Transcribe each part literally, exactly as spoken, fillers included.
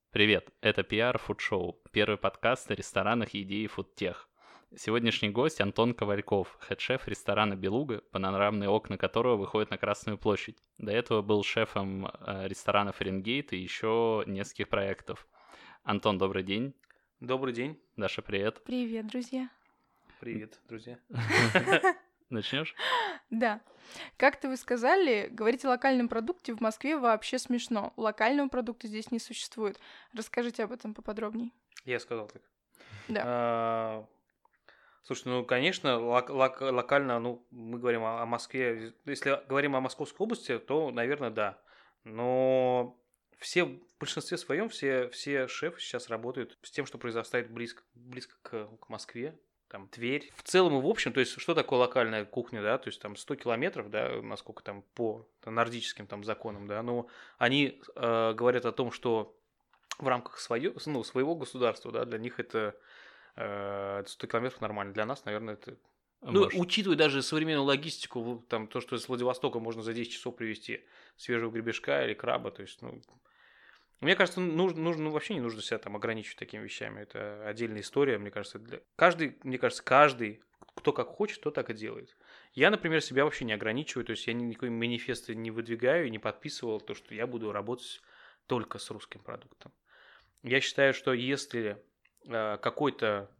Привет, это пи ар Food Show, первый подкаст о ресторанах, еде и фудтех. Сегодняшний гость Антон Ковальков, хед-шеф ресторана «Белуга», панорамные окна которого выходят на Красную площадь. До этого был шефом э, ресторана «Фаренгейт» и еще нескольких проектов. Антон, добрый день. Добрый день. Даша, привет. Привет, друзья. Привет, друзья. Начнешь? Да. Как-то вы сказали, говорить о локальном продукте в Москве вообще смешно. Локального продукта здесь не существует. Расскажите об этом поподробнее. Я сказал так. Да. А, слушай, ну, конечно, лок- лок- локально, ну, мы говорим о, о Москве. Если говорим о Московской области, то, наверное, да. Но все, в большинстве своем, все, все шефы сейчас работают с тем, что произрастает близко, близко к, к Москве. Там Тверь. В целом и в общем, то есть, что такое локальная кухня, да, то есть, там сто километров, да, насколько там по нордическим там законам, да, но они э, говорят о том, что в рамках свое, ну, своего государства, да, для них это э, сто километров нормально, для нас, наверное, это... Ну, Может. учитывая даже современную логистику, там, то, что из Владивостока можно за десять часов привезти свежего гребешка или краба, то есть, ну, мне кажется, нужно, нужно, ну, вообще не нужно себя там ограничивать такими вещами. Это отдельная история, мне кажется. Для... Каждый, мне кажется, каждый, кто как хочет, то так и делает. Я, например, себя вообще не ограничиваю, то есть я никакой манифеста не выдвигаю и не подписывал то, что я буду работать только с русским продуктом. Я считаю, что если э, какой-то,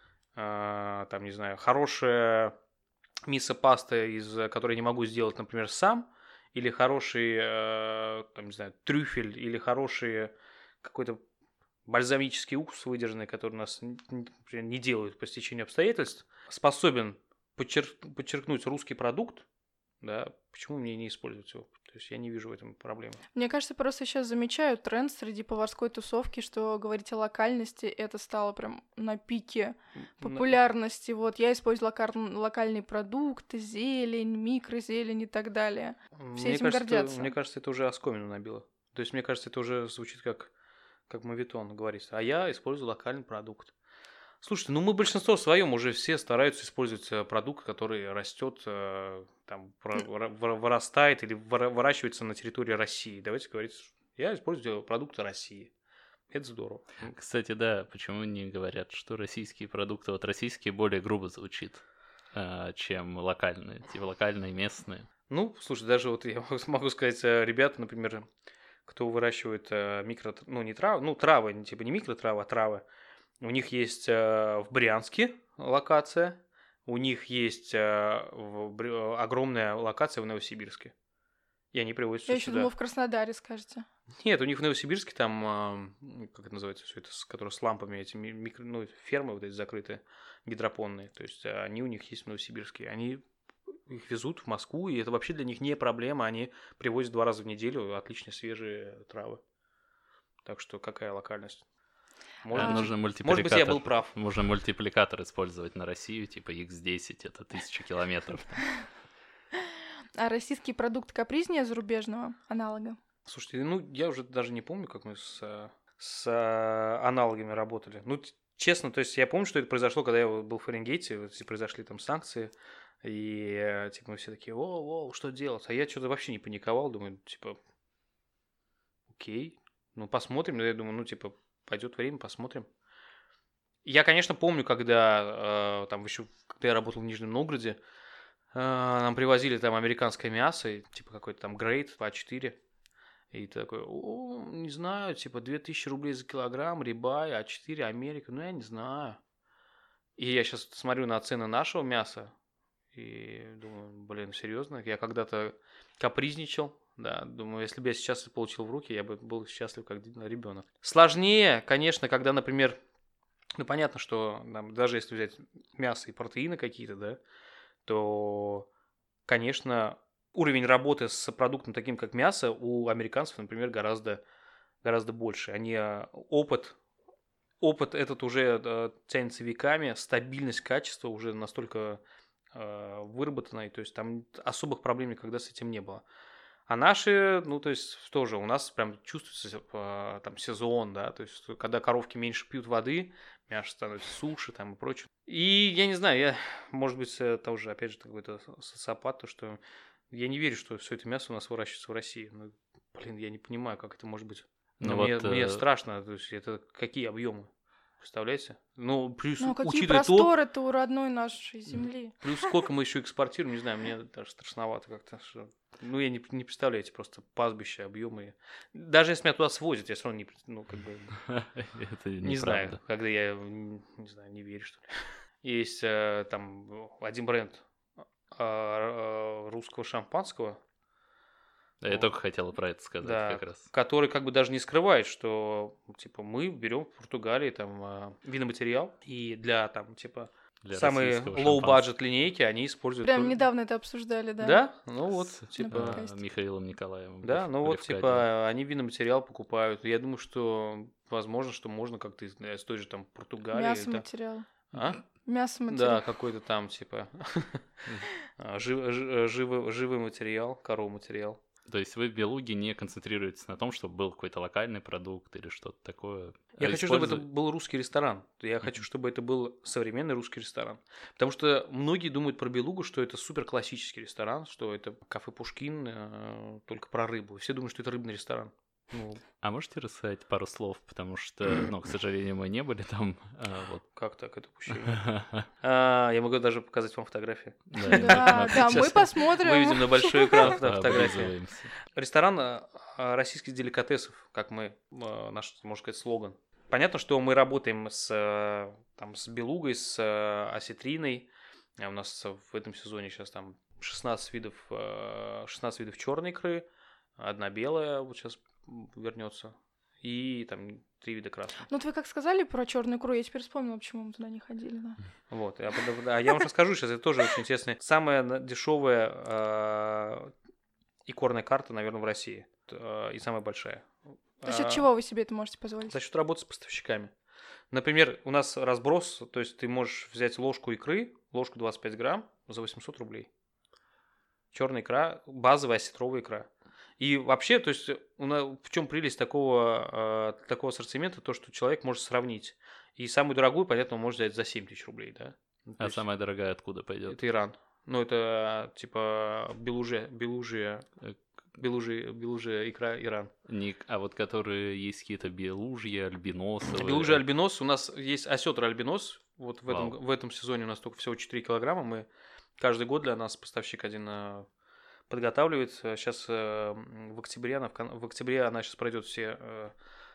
э, там, не знаю, хорошая мисо-паста, из которой я не могу сделать, например, сам, или хороший, э, там, не знаю, трюфель, или хороший какой-то бальзамический уксус выдержанный, который у нас, например, не делают по стечению обстоятельств, способен подчер- подчеркнуть русский продукт, да, почему мне не использовать его? То есть я не вижу в этом проблемы. Мне кажется, просто сейчас замечают тренд среди поварской тусовки, что говорить о локальности, это стало прям на пике популярности. Вот, я использую локар- локальные продукты, зелень, микрозелень и так далее. Все Мне этим кажется, гордятся. мне кажется, это уже оскомину набило. То есть, мне кажется, это уже звучит как, как моветон говорится. А я использую локальный продукт. Слушайте, ну мы большинство в своем уже все стараются использовать э, продукт, который растет, э, там, про- выра- выра- вырастает или выра- выращивается на территории России. Давайте говорить, я использую продукты России. Это здорово. Кстати, да, почему не говорят, что российские продукты, вот российские более грубо звучит, э, чем локальные, типа локальные, местные. Ну, слушай, даже вот я могу сказать, э, ребята, например, кто выращивает э, микро, ну не травы, ну травы, не типа не микротравы, а травы. У них есть э, в Брянске локация, у них есть э, в Бр- огромная локация в Новосибирске. И они привозят Я все еще сюда. думала, в Краснодаре скажете. Нет, у них в Новосибирске там, э, как это называется, все это, с, которые с лампами, эти ми- микро, ну, фермы вот эти закрытые, гидропонные. То есть э, они у них есть в Новосибирске. Они их везут в Москву, и это вообще для них не проблема. Они привозят два раза в неделю отлично свежие травы. Так что какая локальность? Может, А, быть, нужно может мультипликатор. быть, я был прав. Можно мультипликатор использовать на Россию, типа икс десять, это тысяча километров. А российский продукт капризнее зарубежного аналога? Слушайте, ну я уже даже не помню, как мы с, э, с э, аналогами работали. Ну, т- честно, то есть я помню, что это произошло, когда я был в Фаренгейте, вот эти произошли там санкции, и э, типа мы все такие, о, о, что делать? А я что-то вообще не паниковал, думаю, типа, окей, ну посмотрим, я думаю, ну типа, пойдет время, посмотрим. Я, конечно, помню, когда э, там еще, когда я работал в Нижнем Новгороде, э, нам привозили там американское мясо, и, типа какой-то там грейд а четыре. И ты такой, о, не знаю, типа две тысячи рублей за килограмм, рибай, а четыре Америка, ну я не знаю. И я сейчас смотрю на цены нашего мяса и думаю, блин, серьезно? Я когда-то капризничал, да, думаю, если бы я сейчас это получил в руки, я бы был счастлив как ребенок. Сложнее, конечно, когда, например, ну понятно, что там, даже если взять мясо и протеины какие-то, да, то, конечно, уровень работы с продуктом таким, как мясо, у американцев, например, гораздо, гораздо больше. Они э, опыт, опыт этот уже э, тянется веками, стабильность качества уже настолько э, выработанной, то есть там особых проблем никогда с этим не было. А наши, ну, то есть тоже у нас прям чувствуется э, там сезон, да, то есть когда коровки меньше пьют воды, мясо становится суше там и прочее. И я не знаю, я, может быть, это уже, опять же, какой-то социопат, то, что я не верю, что все это мясо у нас выращивается в России. Ну, блин, я не понимаю, как это может быть Ну, Ну мне, вот, мне э, страшно, то есть это какие объемы, представляете? Ну, плюс, Ну, какие учитывая то, просторы-то у родной нашей земли. плюс сколько мы еще экспортируем, не знаю, мне даже страшновато как-то. Что... Ну, я не, не представляю эти просто пастбища, объемы. Даже если меня туда свозят, я все равно не, пред- ну, как бы, это не знаю, неправда. когда я, м, не знаю, не верю, что ли. Есть э, там один бренд э, э, русского шампанского, Я вот, только хотела про это сказать да, как раз. который как бы даже не скрывает, что типа мы берем в Португалии там э, виноматериал и для там типа Для самые российского low шампанского. budget линейки они используют. Прям только- недавно это обсуждали, да. Да, ну вот С типа. На э, подкасте. Михаилом Николаевым. Да, Лев- ну вот, Левкадием. типа, они виноматериал покупают. Я думаю, что возможно, что можно как-то из, из той же там Португалии. Мясо или там- материал. А? Мясо Да, материал. какой-то там, типа, а, жив- жи- живой, живой материал, коровый материал. То есть вы в Белуге не концентрируетесь на том, чтобы был какой-то локальный продукт или что-то такое? Я а хочу, чтобы это используя- был русский ресторан. Я хочу, чтобы это был современный русский ресторан. Потому что многие думают про Белугу, что это супер классический ресторан, что это кафе Пушкин, э, только про рыбу. Все думают, что это рыбный ресторан. Ну, А можете рассказать пару слов, потому что, ну, к сожалению, мы не были там. а, вот. как так это упущение? А, я могу даже показать вам фотографии. Да, и мы- Да, мы да, мы Сейчас посмотрим. Выведем на большой экран фото- фотографии. облизываемся. Ресторан а, а, российских деликатесов, как мы, а, наш, можно сказать, слоган. Понятно, что мы работаем с, а, там, с Белугой, с а, осетриной. А у нас в этом сезоне сейчас там шестнадцать видов, а, шестнадцать видов черной икры, одна белая вот сейчас вернется, и там три вида красной. Ну, вот вы как сказали про черную икру, я теперь вспомнила, почему мы туда не ходили, да. Вот, я, под- а я вам расскажу сейчас, это тоже очень интересно. Самая на- дешевая а, икорная карта, наверное, в России. А, и самая большая. За счет А, чего вы себе это можете позволить? За счет работы с поставщиками. Например, у нас разброс, то есть ты можешь взять ложку икры, ложку двадцать пять грамм за восемьсот рублей. Черная икра, базовая осетровая икра. И вообще, то есть, у нас, в чем прелесть такого, э, такого ассортимента, то, что человек может сравнить. И самую дорогую, понятно, он может взять за семь тысяч рублей, да? Ну, то А есть самая дорогая откуда пойдет? это Иран. Ну, это типа белуже, белужья, Э, белужья, белужья икра Иран. Не- А вот которые есть какие-то белужьи, альбиносовые. Белужий альбинос, у нас есть осетр альбинос. Вот в этом, Вау. в этом сезоне у нас только всего четыре килограмма. Мы каждый год для нас поставщик один э, подготавливает. Сейчас в октябре, она, в, кон- в октябре она сейчас пройдет все, э,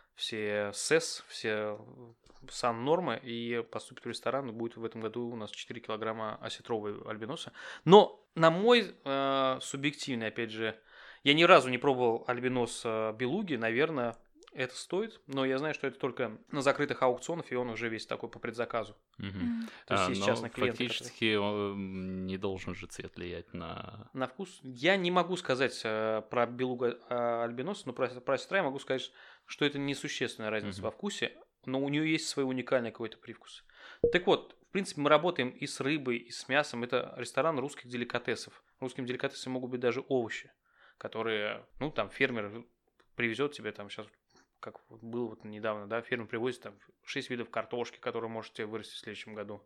все СЭС, все сан-нормы и поступит в ресторан. И будет в этом году у нас четыре килограмма осетровой альбиноса. Но на мой э, субъективный, опять же, я ни разу не пробовал альбинос э, белуги, наверное, это стоит, но я знаю, что это только на закрытых аукционах, и он уже весь такой по предзаказу. Мгм. М. То есть А, есть но частные клиенты, которые- фактически он не должен же цвет влиять на... На вкус я не могу сказать э, про белуга э, альбинос, но про, про осетра я могу сказать, что это несущественная разница Мгм. во вкусе, но у нее есть свой уникальный какой-то привкус. Так вот, в принципе, мы работаем и с рыбой, и с мясом. Это ресторан русских деликатесов. Русскими деликатесами могут быть даже овощи, которые, ну, там, фермер привезет тебе, там, сейчас, как вот было вот недавно, да, фермер привозит там шесть видов картошки, которые можете вырастить в следующем году.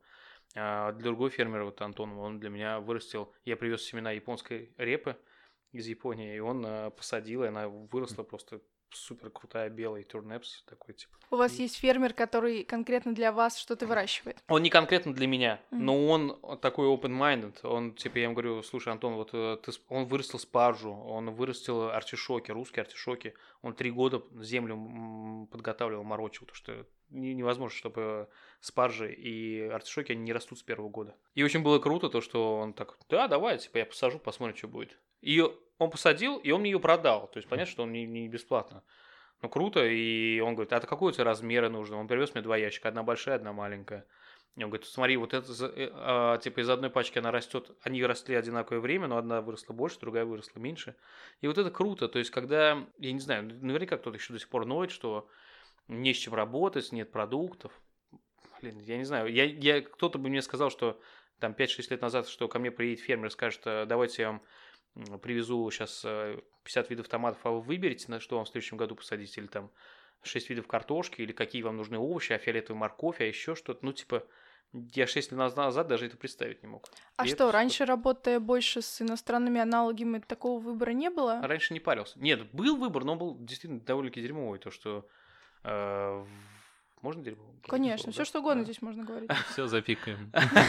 А другой фермер, вот Антон, он для меня вырастил, я привез семена японской репы из Японии, и он а, посадил, и она выросла просто супер крутая, белый турнепс такой, типа. У вас есть фермер, который конкретно для вас что-то выращивает. Он не конкретно для меня, Мгм. но он такой open-minded. Он, типа, я ему говорю, слушай, Антон, вот э, ты, с- он вырастил спаржу, он вырастил артишоки, русские артишоки. Он три года землю м, подготавливал, морочил, потому что не- невозможно, чтобы спаржи и артишоки, они не растут с первого года. И очень было круто то, что он так, да, давай, типа, я посажу, посмотрим, что будет. И он посадил, и он мне ее продал. То есть, понятно, что он не, не бесплатно. Ну, круто, и он говорит, а это какой у тебя размеры нужно? Он привез мне два ящика, одна большая, одна маленькая. И он говорит, смотри, вот это, за- э, а, типа, из одной пачки она растет, они росли одинаковое время, но одна выросла больше, другая выросла меньше. И вот это круто, то есть, когда, я не знаю, наверняка кто-то еще до сих пор ноет, что не с чем работать, нет продуктов. Блин, я не знаю, я, я, кто-то бы мне сказал, что там пять-шесть лет назад, что ко мне приедет фермер и скажет, э, давайте я вам м, привезу сейчас пятьдесят видов томатов, а вы выберете, на что вам в следующем году посадить, или там шесть видов картошки, или какие вам нужны овощи, а фиолетовая морковь, а еще что-то. Ну, типа, Я шесть лет назад даже это представить не мог. А И что, это раньше, супер. работая больше с иностранными аналогами, такого выбора не было? Раньше не парился. Нет, был выбор, но он был действительно довольно-таки дерьмовый. То, что... э, в- Можно дерьмовый? говорить Конечно, слово, все да? что угодно Да. здесь можно говорить. Все запикаем.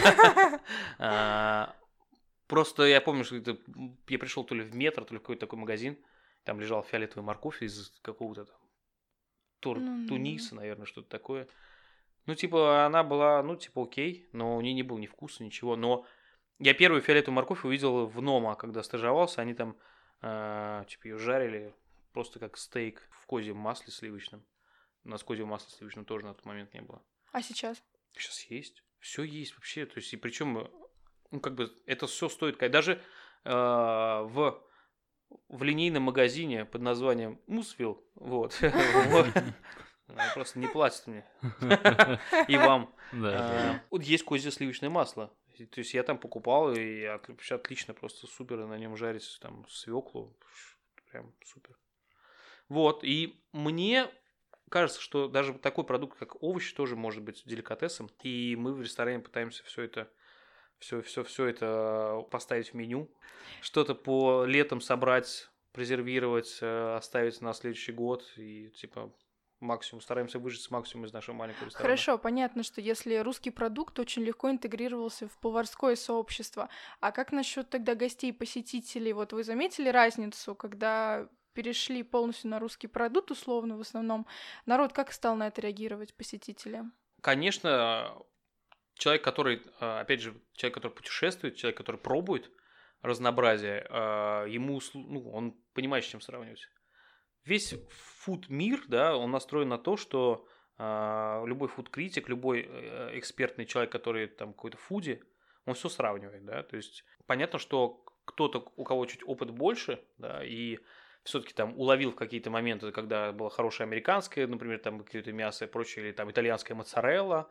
А, Просто я помню, что это- я пришел то ли в метро, то ли в какой-то такой магазин. Там лежал фиолетовый морковь из какого-то там Тур- Ну-ну-ну. Туниса, наверное, что-то такое. Ну, типа, она была, ну, типа, окей, но у нее не было ни вкуса, ничего. Но я первую фиолетовую морковь увидел в Нома, когда стажировался. Они там, э, типа, ее жарили просто как стейк в козьем масле сливочном. У нас козьего масла сливочного тоже на тот момент не было. А сейчас? Сейчас есть. Все есть вообще. То есть, и причем, ну, как бы, это все стоит. ка- Даже э, в, в линейном магазине под названием Мусвилл, вот, вот, э, просто не платят мне. И вам. Да, А, да. Вот есть козье сливочное масло. И- То есть я там покупал, и от- вообще отлично, просто супер, и на нем жарить там свеклу. Прям супер. Вот, и мне кажется, что даже такой продукт, как овощи, тоже может быть деликатесом. И мы в ресторане пытаемся все это, все, все, все это поставить в меню. Что-то по летом собрать, презервировать, э, оставить на следующий год. И типа максимум, стараемся выжать максимум из нашего маленького ресторана. Хорошо, понятно, что если русский продукт очень легко интегрировался в поварское сообщество, а как насчет тогда гостей, посетителей? Вот вы заметили разницу, когда перешли полностью на русский продукт, условно, в основном, народ как стал на это реагировать, посетители? Конечно, человек, который, э, опять же, человек, который путешествует, человек, который пробует разнообразие, э, ему, слу- ну, он понимает, с чем сравнивать. Весь фуд-мир, да, он настроен на то, что э, любой фуд-критик, любой э, экспертный человек, который там какой-то фуди, он все сравнивает, да, то есть понятно, что кто-то, у кого чуть опыт больше, да, и все-таки там уловил в какие-то моменты, когда было хорошее американское, например, там какое-то мясо и прочее, или там итальянская моцарелла,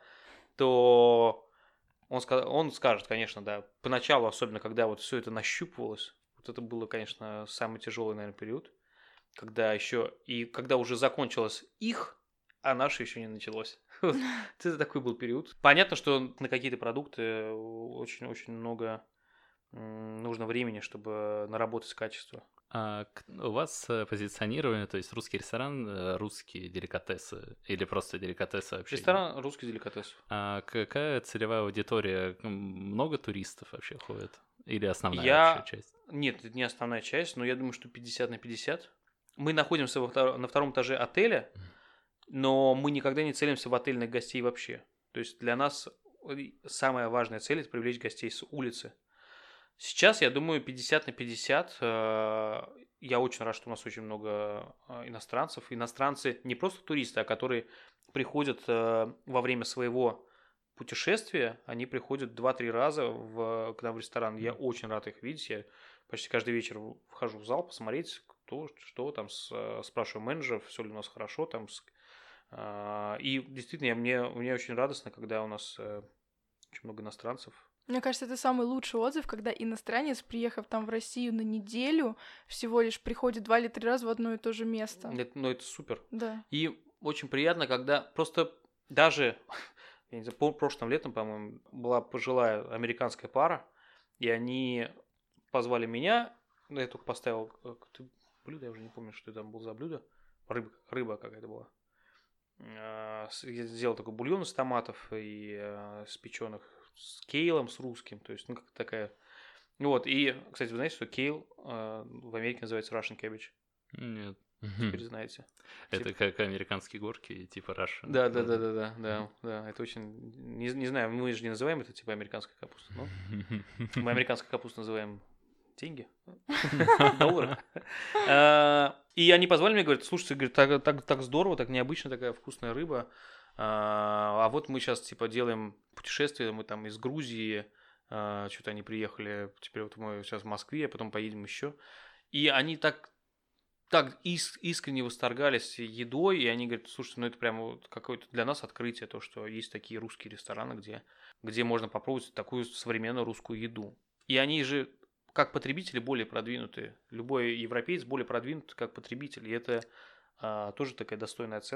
то он, ска- он скажет, конечно, да, поначалу, особенно когда вот все это нащупывалось, вот это было, конечно, самый тяжелый, наверное, период, когда еще и когда уже закончилось их, а наше еще не началось. Вот. Это такой был период. Понятно, что на какие-то продукты очень-очень много м, нужно времени, чтобы наработать качество. А к- у вас э, позиционирование, то есть русский ресторан, э, русские деликатесы или просто деликатесы вообще? Ресторан русский деликатес. А какая целевая аудитория? М, Много туристов вообще ходит? Или основная Я... вообще часть? Нет, это не основная часть, но я думаю, что пятьдесят на пятьдесят. Мы находимся во втор- на втором этаже отеля, но мы никогда не целимся в отельных гостей вообще. То есть для нас э, самая важная цель – это привлечь гостей с улицы. Сейчас, я думаю, пятьдесят на пятьдесят. Э, Я очень рад, что у нас очень много э, иностранцев. Иностранцы не просто туристы, а которые приходят э, во время своего путешествия. Они приходят два-три раза в, к нам в ресторан. Я очень рад их видеть. Я почти каждый вечер в- вхожу в зал посмотреть, кто, что там, с- э, спрашиваю менеджеров, все ли у нас хорошо там. с- а, И действительно, я- мне, мне очень радостно, когда у нас э, очень много иностранцев. Мне кажется, это самый лучший отзыв, когда иностранец, приехав там в Россию на неделю, всего лишь приходит два или три раза в одно и то же место. Это- ну, это супер. Да. И очень приятно, когда просто даже, я не знаю, по- прошлым летом, по-моему, была пожилая американская пара, и они позвали меня, ну, я только поставил э, какое-то блюдо, я уже не помню, что там было за блюдо, рыба, рыба какая-то была. А, с- Я сделал такой бульон из томатов и э, с печеных с кейлом, с русским, то есть, ну, как такая... Вот, и, кстати, вы знаете, что кейл э, в Америке называется Russian cabbage? Нет. Теперь знаете. Это Типа- как американские горки, типа Russian. Да, да, да, да, да, да, да, это очень, не, не знаю, мы же не называем это типа американская капуста, но мы американскую капусту называем деньги, доллары. А, И они позвали мне, говорят, слушайте, говорит, так, так, так здорово, так необычно, такая вкусная рыба. А а вот мы сейчас типа делаем путешествие, мы там из Грузии, а, что-то они приехали, теперь вот мы сейчас в Москве, а потом поедем еще. И они так так ис- искренне восторгались едой, и они говорят, слушайте, ну это прямо вот какое-то для нас открытие, то, что есть такие русские рестораны, где, где можно попробовать такую современную русскую еду. И они же, как потребители, более продвинутые. Любой европеец более продвинут, как потребитель. И это а, тоже такая достойная оценка.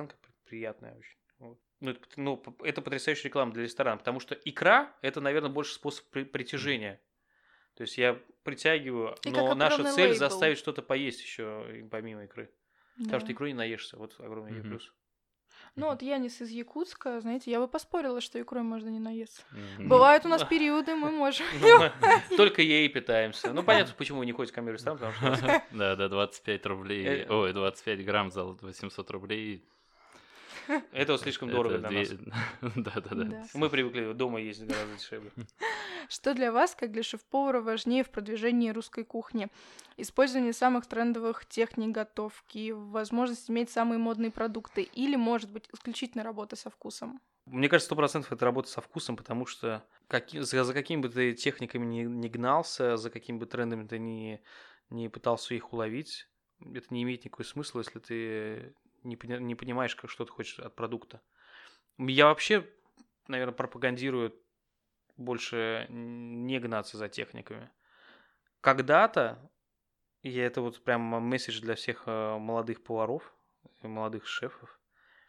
приятная очень. Вот. Ну, это, ну, это потрясающая реклама для ресторана, потому что икра – это, наверное, больше способ при- притяжения. То есть я притягиваю, И но как наша определенный цель лейбл. заставить что-то поесть еще помимо икры. Да. Потому что икру не наешься. Вот огромный ее Мгм. плюс. Ну вот Янис из Якутска, знаете, я бы поспорила, что икрой можно не наесться. Мгм. Бывают у нас периоды, мы можем. Ну, мы только ей питаемся. Ну, понятно, почему вы не ходите ко мне в ресторан, потому что у вас Да, да, двадцать пять рублей, Э, ой, двадцать пять грамм за восемьсот рублей. это вот слишком дорого Это для две- нас. Да, да, да. Да. Мы привыкли дома есть гораздо дешевле. Что для вас, как для шеф-повара, важнее в продвижении русской кухни? Использование самых трендовых техник готовки, возможность иметь самые модные продукты или, может быть, исключительно работа со вкусом? Мне кажется, сто процентов это работа со вкусом, потому что каки- за, за какими бы ты техниками не, не гнался, за какими бы трендами ты не, не пытался их уловить, это не имеет никакого смысла, если ты не, пони- не понимаешь, как, что ты хочешь от продукта. Я вообще, наверное, пропагандирую больше не гнаться за техниками. Когда-то, и это вот прям месседж для всех э, молодых поваров, и молодых шефов,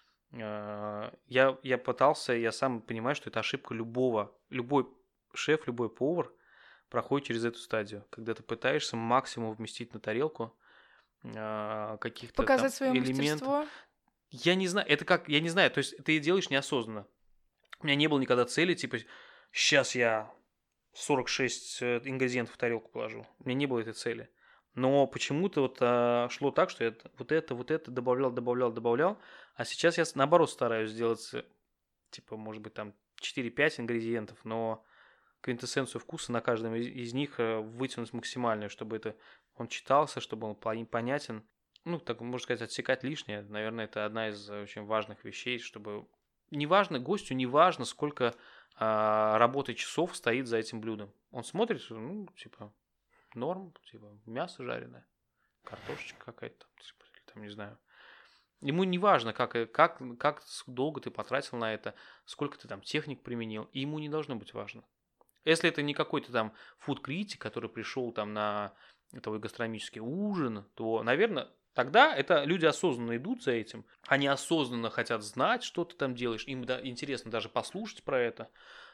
э, я, я пытался, я сам понимаю, что это ошибка любого, любой шеф, любой повар проходит через эту стадию, когда ты пытаешься максимум вместить на тарелку э, каких-то там Показать свое элементов. мастерство? Я не знаю, это как, я не знаю, то есть ты это делаешь неосознанно. У меня не было никогда цели, типа, сейчас я сорок шесть э, ингредиентов в тарелку положу. У меня не было этой цели. Но почему-то вот а, шло так, что я т- вот это, вот это добавлял, добавлял, добавлял. А сейчас я с- наоборот стараюсь сделать, э, типа, может быть, там четыре-пять ингредиентов, но квинтэссенцию вкуса на каждом из, из них э, вытянуть максимальную, чтобы это он читался, чтобы он пон- понятен. Ну, так можно сказать, отсекать лишнее. Наверное, это одна из э, очень важных вещей, чтобы... Неважно, гостю не важно, сколько а, работы часов стоит за этим блюдом. Он смотрит, ну, типа, норм, типа, мясо жареное, картошечка какая-то, там, типа, или там, не знаю. Ему не важно, как, э, как, как долго ты потратил на это, сколько ты там техник применил, и ему не должно быть важно. Если это не какой-то там фуд-критик, который пришел там на твой гастрономический ужин, то, наверное, тогда это люди осознанно идут за этим. Они осознанно хотят знать, что ты там делаешь. Им да, интересно даже послушать про это.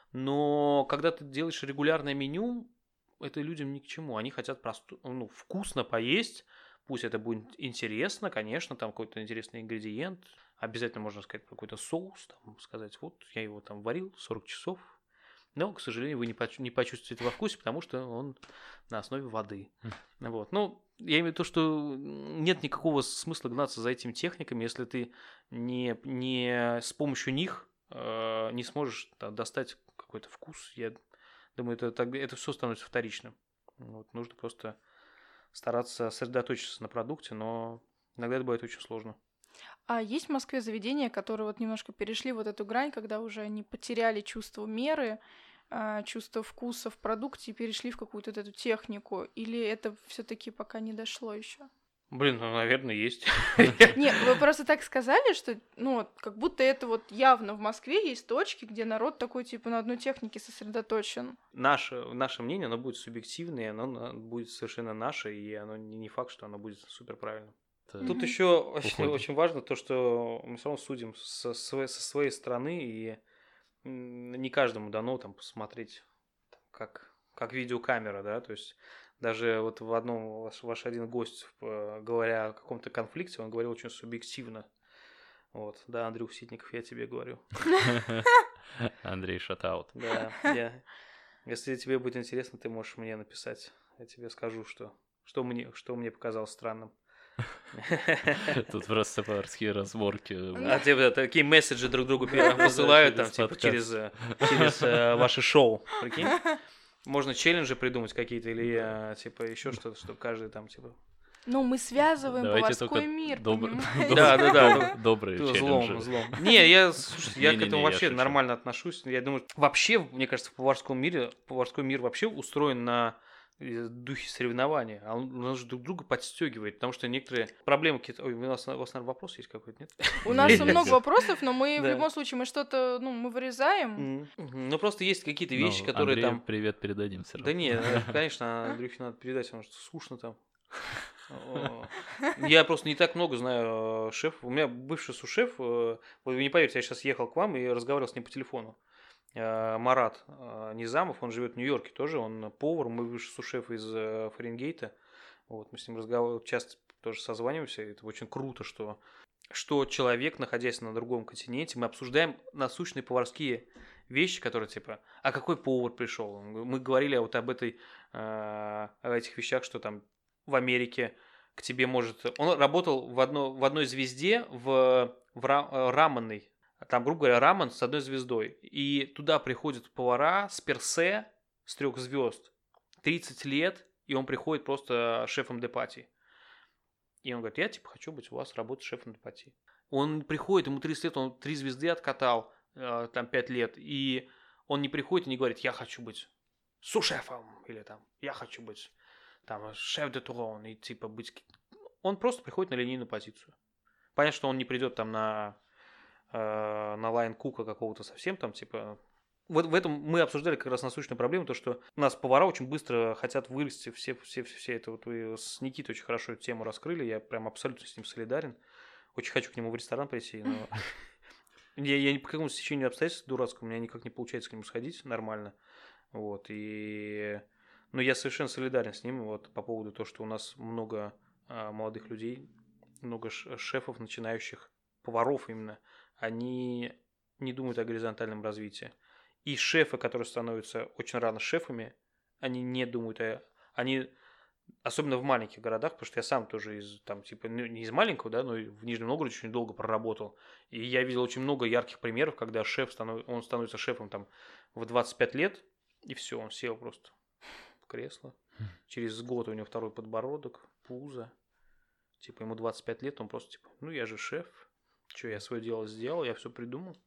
Но когда ты делаешь регулярное меню, это людям ни к чему. Они хотят просто, ну, вкусно поесть. Пусть это будет интересно, конечно, там какой-то интересный ингредиент. Обязательно можно сказать про какой-то соус. Там, сказать, вот я его там варил сорок часов. Но, к сожалению, вы не, поч- не почувствуете во вкусе, потому что он на основе воды. Вот. Ну, я имею в виду, что нет никакого смысла гнаться за этими техниками, если ты не, не с помощью них э, не сможешь да, достать какой-то вкус. Я думаю, это, так- это все становится вторичным. Вот. Нужно просто стараться сосредоточиться на продукте, но иногда это бывает очень сложно. А есть в Москве заведения, которые вот немножко перешли вот эту грань, когда уже они потеряли чувство меры, а, чувство вкуса в продукте и перешли в какую-то вот эту технику? Или это все-таки пока не дошло еще? Блин, ну, наверное, есть. Нет, вы просто так сказали, что, ну, вот, как будто это вот явно в Москве есть точки, где народ такой, типа, на одной технике сосредоточен. Наше, наше мнение, оно будет субъективное, оно на- будет совершенно наше, и оно не не факт, что оно будет супер правильным. Это- Тут Мгм. еще очень, Уходит. очень важно то, что мы все равно судим со своей, со своей стороны, и м, не каждому дано там посмотреть, там, как, как видеокамера, да, то есть даже вот в одном ваш, ваш один гость, э, говоря о каком-то конфликте, он говорил очень субъективно. Вот, да, Андрюх Ситников, я тебе говорю. Андрей, шатаут. Да, я, если тебе будет интересно, ты можешь мне написать. Я тебе скажу, что, что, мне, что мне показалось странным. Тут просто поварские разборки. А тебе да, такие месседжи друг другу пе- посылают там, через типа, подкаст. через, э, через э, ваше шоу. Прикинь? Можно челленджи придумать какие-то или э, типа еще что-то, чтобы каждый там типа. Ну, мы связываем Давайте поварской только мир, добр- понимаете? Да, да, да. доб- Добрые Ты челленджи. Злом, злом. Не, я, слушай, я к Не-не-не, этому я вообще шучу. нормально отношусь. Я думаю, вообще, мне кажется, в поварском мире, поварской мир вообще устроен на э, духе соревнования. А он нас же друг друга подстегивает, потому что некоторые проблемы какие-то... Ой, у нас, у вас, наверное, вопрос есть какой-то, нет? У нас Нет. много вопросов, но мы в Да. любом случае, мы что-то, ну, мы вырезаем. М, мгм. Ну, просто есть какие-то Ну, вещи, которые Андрею там... привет передадим все равно. Да не, э, конечно, Андрюхе надо передать, потому что скучно там. Я просто не так много знаю шефов. У меня бывший су-шеф, вы не поверите, я сейчас ехал к вам и разговаривал с ним по телефону. Марат Низамов, он живет в Нью-Йорке тоже, он повар, мы бывший су-шеф из Фаренгейта. Вот, мы с ним разговариваем, часто тоже созваниваемся, это очень круто, что, что человек, находясь на другом континенте, мы обсуждаем насущные поварские вещи, которые типа, а какой повар пришел? Мы говорили вот об этой, о этих вещах, что там в Америке к тебе может... Он работал в, одно, в одной звезде в, в раменной, там, грубо говоря, рамен с одной звездой, и туда приходят повара с персе, с трех звезд, тридцать лет, и он приходит просто шефом де пати. И он говорит, я типа хочу быть у вас работать шефом де пати. Он приходит, ему тридцать лет, он три звезды откатал, э, там пять лет, и он не приходит и не говорит, я хочу быть су-шефом, или там, я хочу быть там шеф де турон, и типа быть... Он просто приходит на линейную позицию. Понятно, что он не придет там на, э, на лайн кука какого-то совсем там, типа... Вот в этом мы обсуждали как раз насущную проблему, то, что у нас повара очень быстро хотят вырасти, все, все, все это, вот вы с Никитой очень хорошо эту тему раскрыли, я прям абсолютно с ним солидарен, очень хочу к нему в ресторан прийти, но я, я по какому-то стечению обстоятельств дурацкому, у меня никак не получается к нему сходить нормально, вот, и... Но я совершенно солидарен с ним, вот, по поводу того, что у нас много а, молодых людей, много шефов, начинающих, поваров именно, они не думают о горизонтальном развитии. И шефы, которые становятся очень рано шефами, они не думают о... Они, особенно в маленьких городах, потому что я сам тоже из, там, типа, не из маленького, да, но и в Нижнем Новгороде очень долго проработал. И я видел очень много ярких примеров, когда шеф, станов... он становится шефом там в двадцать пять лет, и все, он сел просто в кресло. Через год у него второй подбородок, пузо. Типа, ему двадцать пять лет, он просто, типа, ну, я же шеф, что, я свое дело сделал, я все придумал.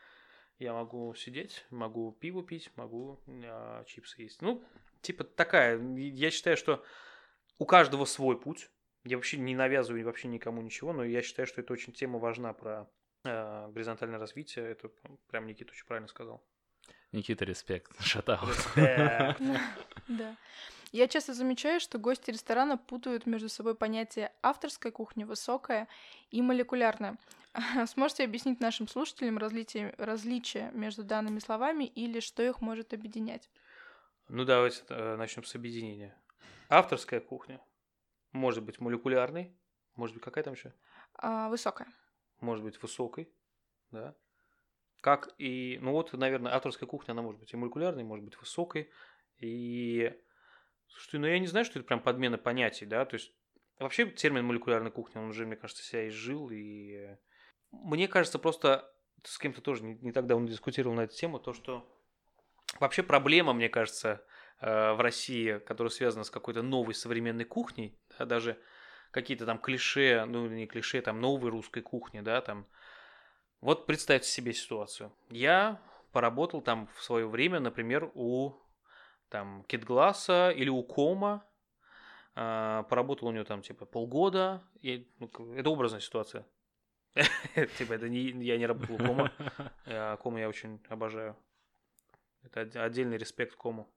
Я могу сидеть, могу пиво пить, могу э, чипсы есть. Ну, типа такая. Я считаю, что у каждого свой путь. Я вообще не навязываю вообще никому ничего, но я считаю, что это очень тема важна про э, горизонтальное развитие. Это прям Никита очень правильно сказал. Никита, респект. Шатау. Респект. Да. Я часто замечаю, что гости ресторана путают между собой понятия авторская кухня, высокая и молекулярная. Сможете объяснить нашим слушателям различия, различия между данными словами или что их может объединять? Ну, давайте э, начнем с объединения. Авторская кухня может быть молекулярной, может быть, какая там еще? А, высокая. Может быть, высокой, да. Как и, ну вот, наверное, авторская кухня, она может быть и молекулярной, может быть, высокой. И, слушайте, ну я не знаю, что это прям подмена понятий, да, то есть вообще термин молекулярная кухня, он уже, мне кажется, себя изжил, и мне кажется, просто с кем-то тоже не, не так давно дискутировал на эту тему, то, что вообще проблема, мне кажется, в России, которая связана с какой-то новой современной кухней, да, даже какие-то там клише, ну не клише, там новой русской кухни, да, там. Вот представьте себе ситуацию. Я поработал там в свое время, например, у там Китгласса или у Кома, поработал у него там типа полгода, и, ну, это образная ситуация. Типа это не я не работал у Кома, Кома я очень обожаю. Это отдельный респект Кому.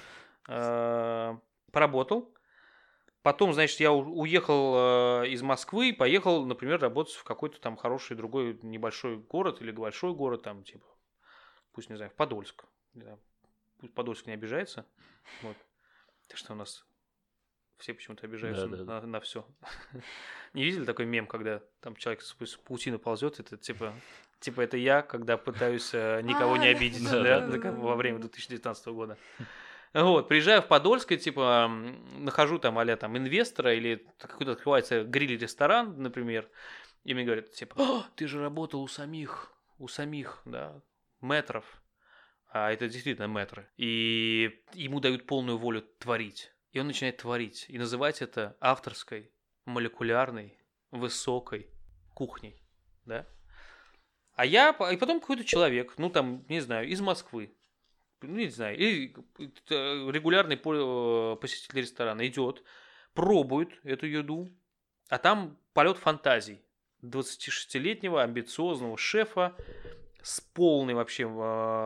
Поработал. Потом, значит, я уехал из Москвы и поехал, например, работать в какой-то там хороший другой небольшой город или большой город, там, типа, пусть, не знаю, в Подольск. Пусть Подольск не обижается. Вот. Так что у нас все почему-то обижаются да, да, на, да. на все. Не видели такой мем, когда там человек сквозь паутину ползет, это типа, типа это я, когда пытаюсь никого не обидеть во время две тысячи девятнадцатого года. Вот, приезжаю в Подольск, и, типа, нахожу там а-ля там инвестора, или какой-то открывается гриль-ресторан, например, и мне говорят, типа, ты же работал у самих, у самих, да, мэтров. А это действительно мэтры. И ему дают полную волю творить. И он начинает творить. И называть это авторской, молекулярной, высокой кухней, да. А я, и потом какой-то человек, ну там, не знаю, из Москвы, ну, не знаю, или регулярный посетитель ресторана идет, пробует эту еду, а там полет фантазий двадцатишестилетнего амбициозного шефа с полной вообще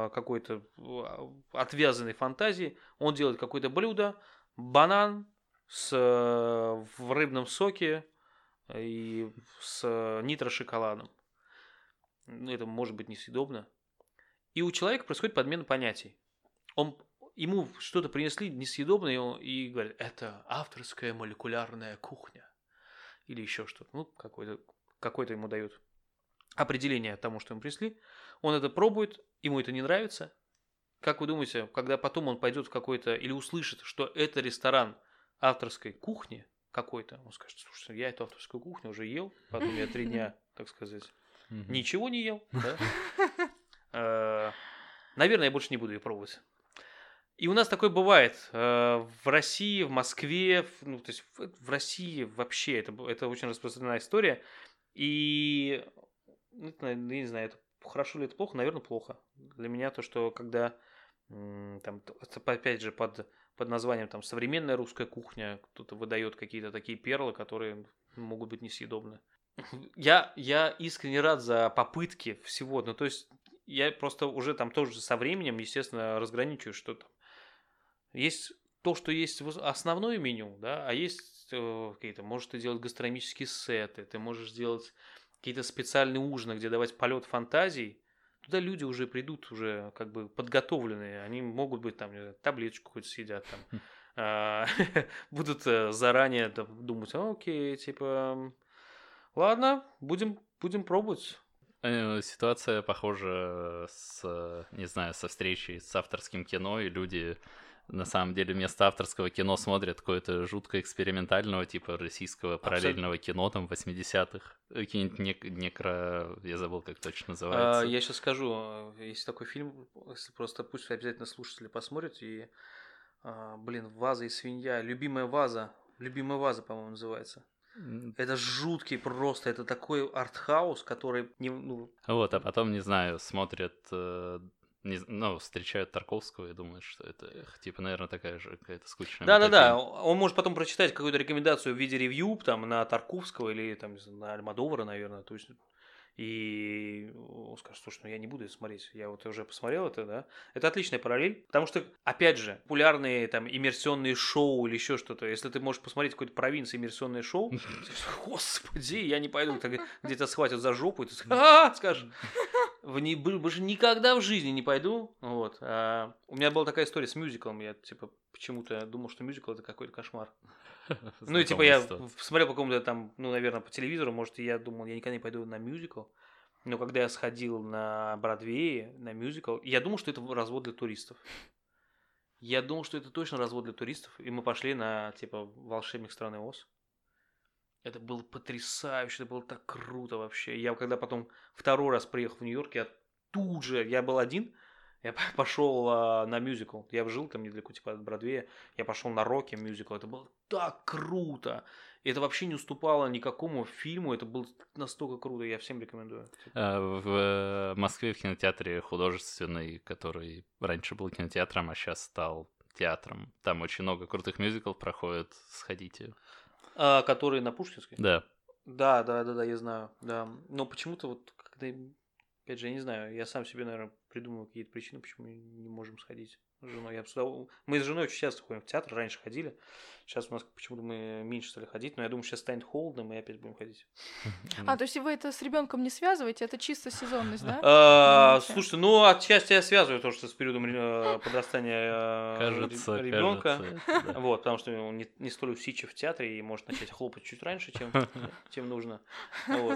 какой-то отвязанной фантазией. Он делает какое-то блюдо, банан, с, в рыбном соке и с нитро-шоколадом. Ну, это может быть несъедобно. И у человека происходит подмена понятий. Он, ему что-то принесли несъедобное, и, он, и говорит, это авторская молекулярная кухня. Или еще что-то. Ну, какое-то, какое-то ему дают определение тому, что ему принесли. Он это пробует, ему это не нравится. Как вы думаете, когда потом он пойдет в какой-то, или услышит, что это ресторан авторской кухни какой-то, он скажет, слушай, я эту авторскую кухню уже ел, потом я три дня, так сказать, ничего не ел. Наверное, я больше не буду ее пробовать. И у нас такое бывает в России, в Москве, ну, то есть в России вообще это, это очень распространенная история. И, это, я не знаю, это хорошо ли это плохо, наверное, плохо. Для меня то, что когда, там, опять же, под, под названием там, современная русская кухня, кто-то выдает какие-то такие перлы, которые могут быть несъедобны. Я, я искренне рад за попытки всего, ну, то есть я просто уже там тоже со временем, естественно, разграничиваю, что там есть то, что есть основное меню, да, а есть э, какие-то, можешь ты делать гастрономические сеты, ты можешь делать какие-то специальные ужины, где давать полет фантазий, туда люди уже придут уже как бы подготовленные, они могут быть там, таблеточку какую-то съедят там, будут заранее думать, окей, типа, ладно, будем, будем пробовать. Ситуация похожа с, не знаю, со встречей с авторским кино, и люди на самом деле вместо авторского кино смотрят какое-то жутко экспериментального типа российского параллельного Абсолютно. кино там восьмидесятых. Какие-нибудь нек- некро... Я забыл, как точно называется. А, я сейчас скажу. Есть такой фильм, если просто пусть обязательно слушатели посмотрят. И, а, блин, «Ваза и свинья». «Любимая ваза». «Любимая ваза», по-моему, называется. Это жуткий просто. Это такой артхаус, который... Не, ну... Вот, а потом, не знаю, смотрят... Э... Не, ну, встречают Тарковского и думают, что это, эх, типа, наверное, такая же какая-то скучная. Да-да-да, он может потом прочитать какую-то рекомендацию в виде ревью там, на Тарковского или там, на Альмодовара, наверное, то есть, и он скажет, слушай, ну я не буду это смотреть, я вот уже посмотрел это, да. Это отличная параллель, потому что, опять же, популярные там иммерсионные шоу или еще что-то, если ты можешь посмотреть какой-то провинции иммерсионное шоу, господи, я не пойду, где-то схватят за жопу, и ты скажешь... В не, больше никогда в жизни не пойду. Вот. А у меня была такая история с мюзиклом. Я типа почему-то думал, что мюзикл это какой-то кошмар. Ну и типа я смотрел по какому-то там, ну, наверное, по телевизору, может, и я думал, я никогда не пойду на мюзикл. Но когда я сходил на Бродвее, на мюзикл, я думал, что это развод для туристов. Я думал, что это точно развод для туристов. И мы пошли на, типа, «Волшебник страны Оз». Это было потрясающе, это было так круто вообще. Я когда потом второй раз приехал в Нью-Йорк, я тут же, я был один, я пошел а, на мюзикл. Я жил там недалеко, типа, от Бродвея. Я пошел на Рокки мюзикл. Это было так круто. И это вообще не уступало никакому фильму. Это было настолько круто. Я всем рекомендую. А в Москве в кинотеатре художественный, который раньше был кинотеатром, а сейчас стал театром. Там очень много крутых мюзиклов проходит. Сходите. А, которые на Пушкинской? Да. Да, да, да, да, я знаю. Да. Но почему-то вот, когда, опять же, я не знаю, я сам себе, наверное, придумал какие-то причины, почему мы не можем сходить с женой. Я сюда... Мы с женой очень часто ходим в театр, раньше ходили. Сейчас у нас почему-то мы меньше стали ходить, но я думаю, сейчас станет холодно, мы опять будем ходить. А, то есть вы это с ребенком не связываете, это чисто сезонность, да? А, слушайте, ну отчасти я связываю то, что с периодом подрастания ребенка. Вот, потому что он не, не столь усидчив в театре и может начать хлопать чуть раньше, чем, чем нужно. Вот.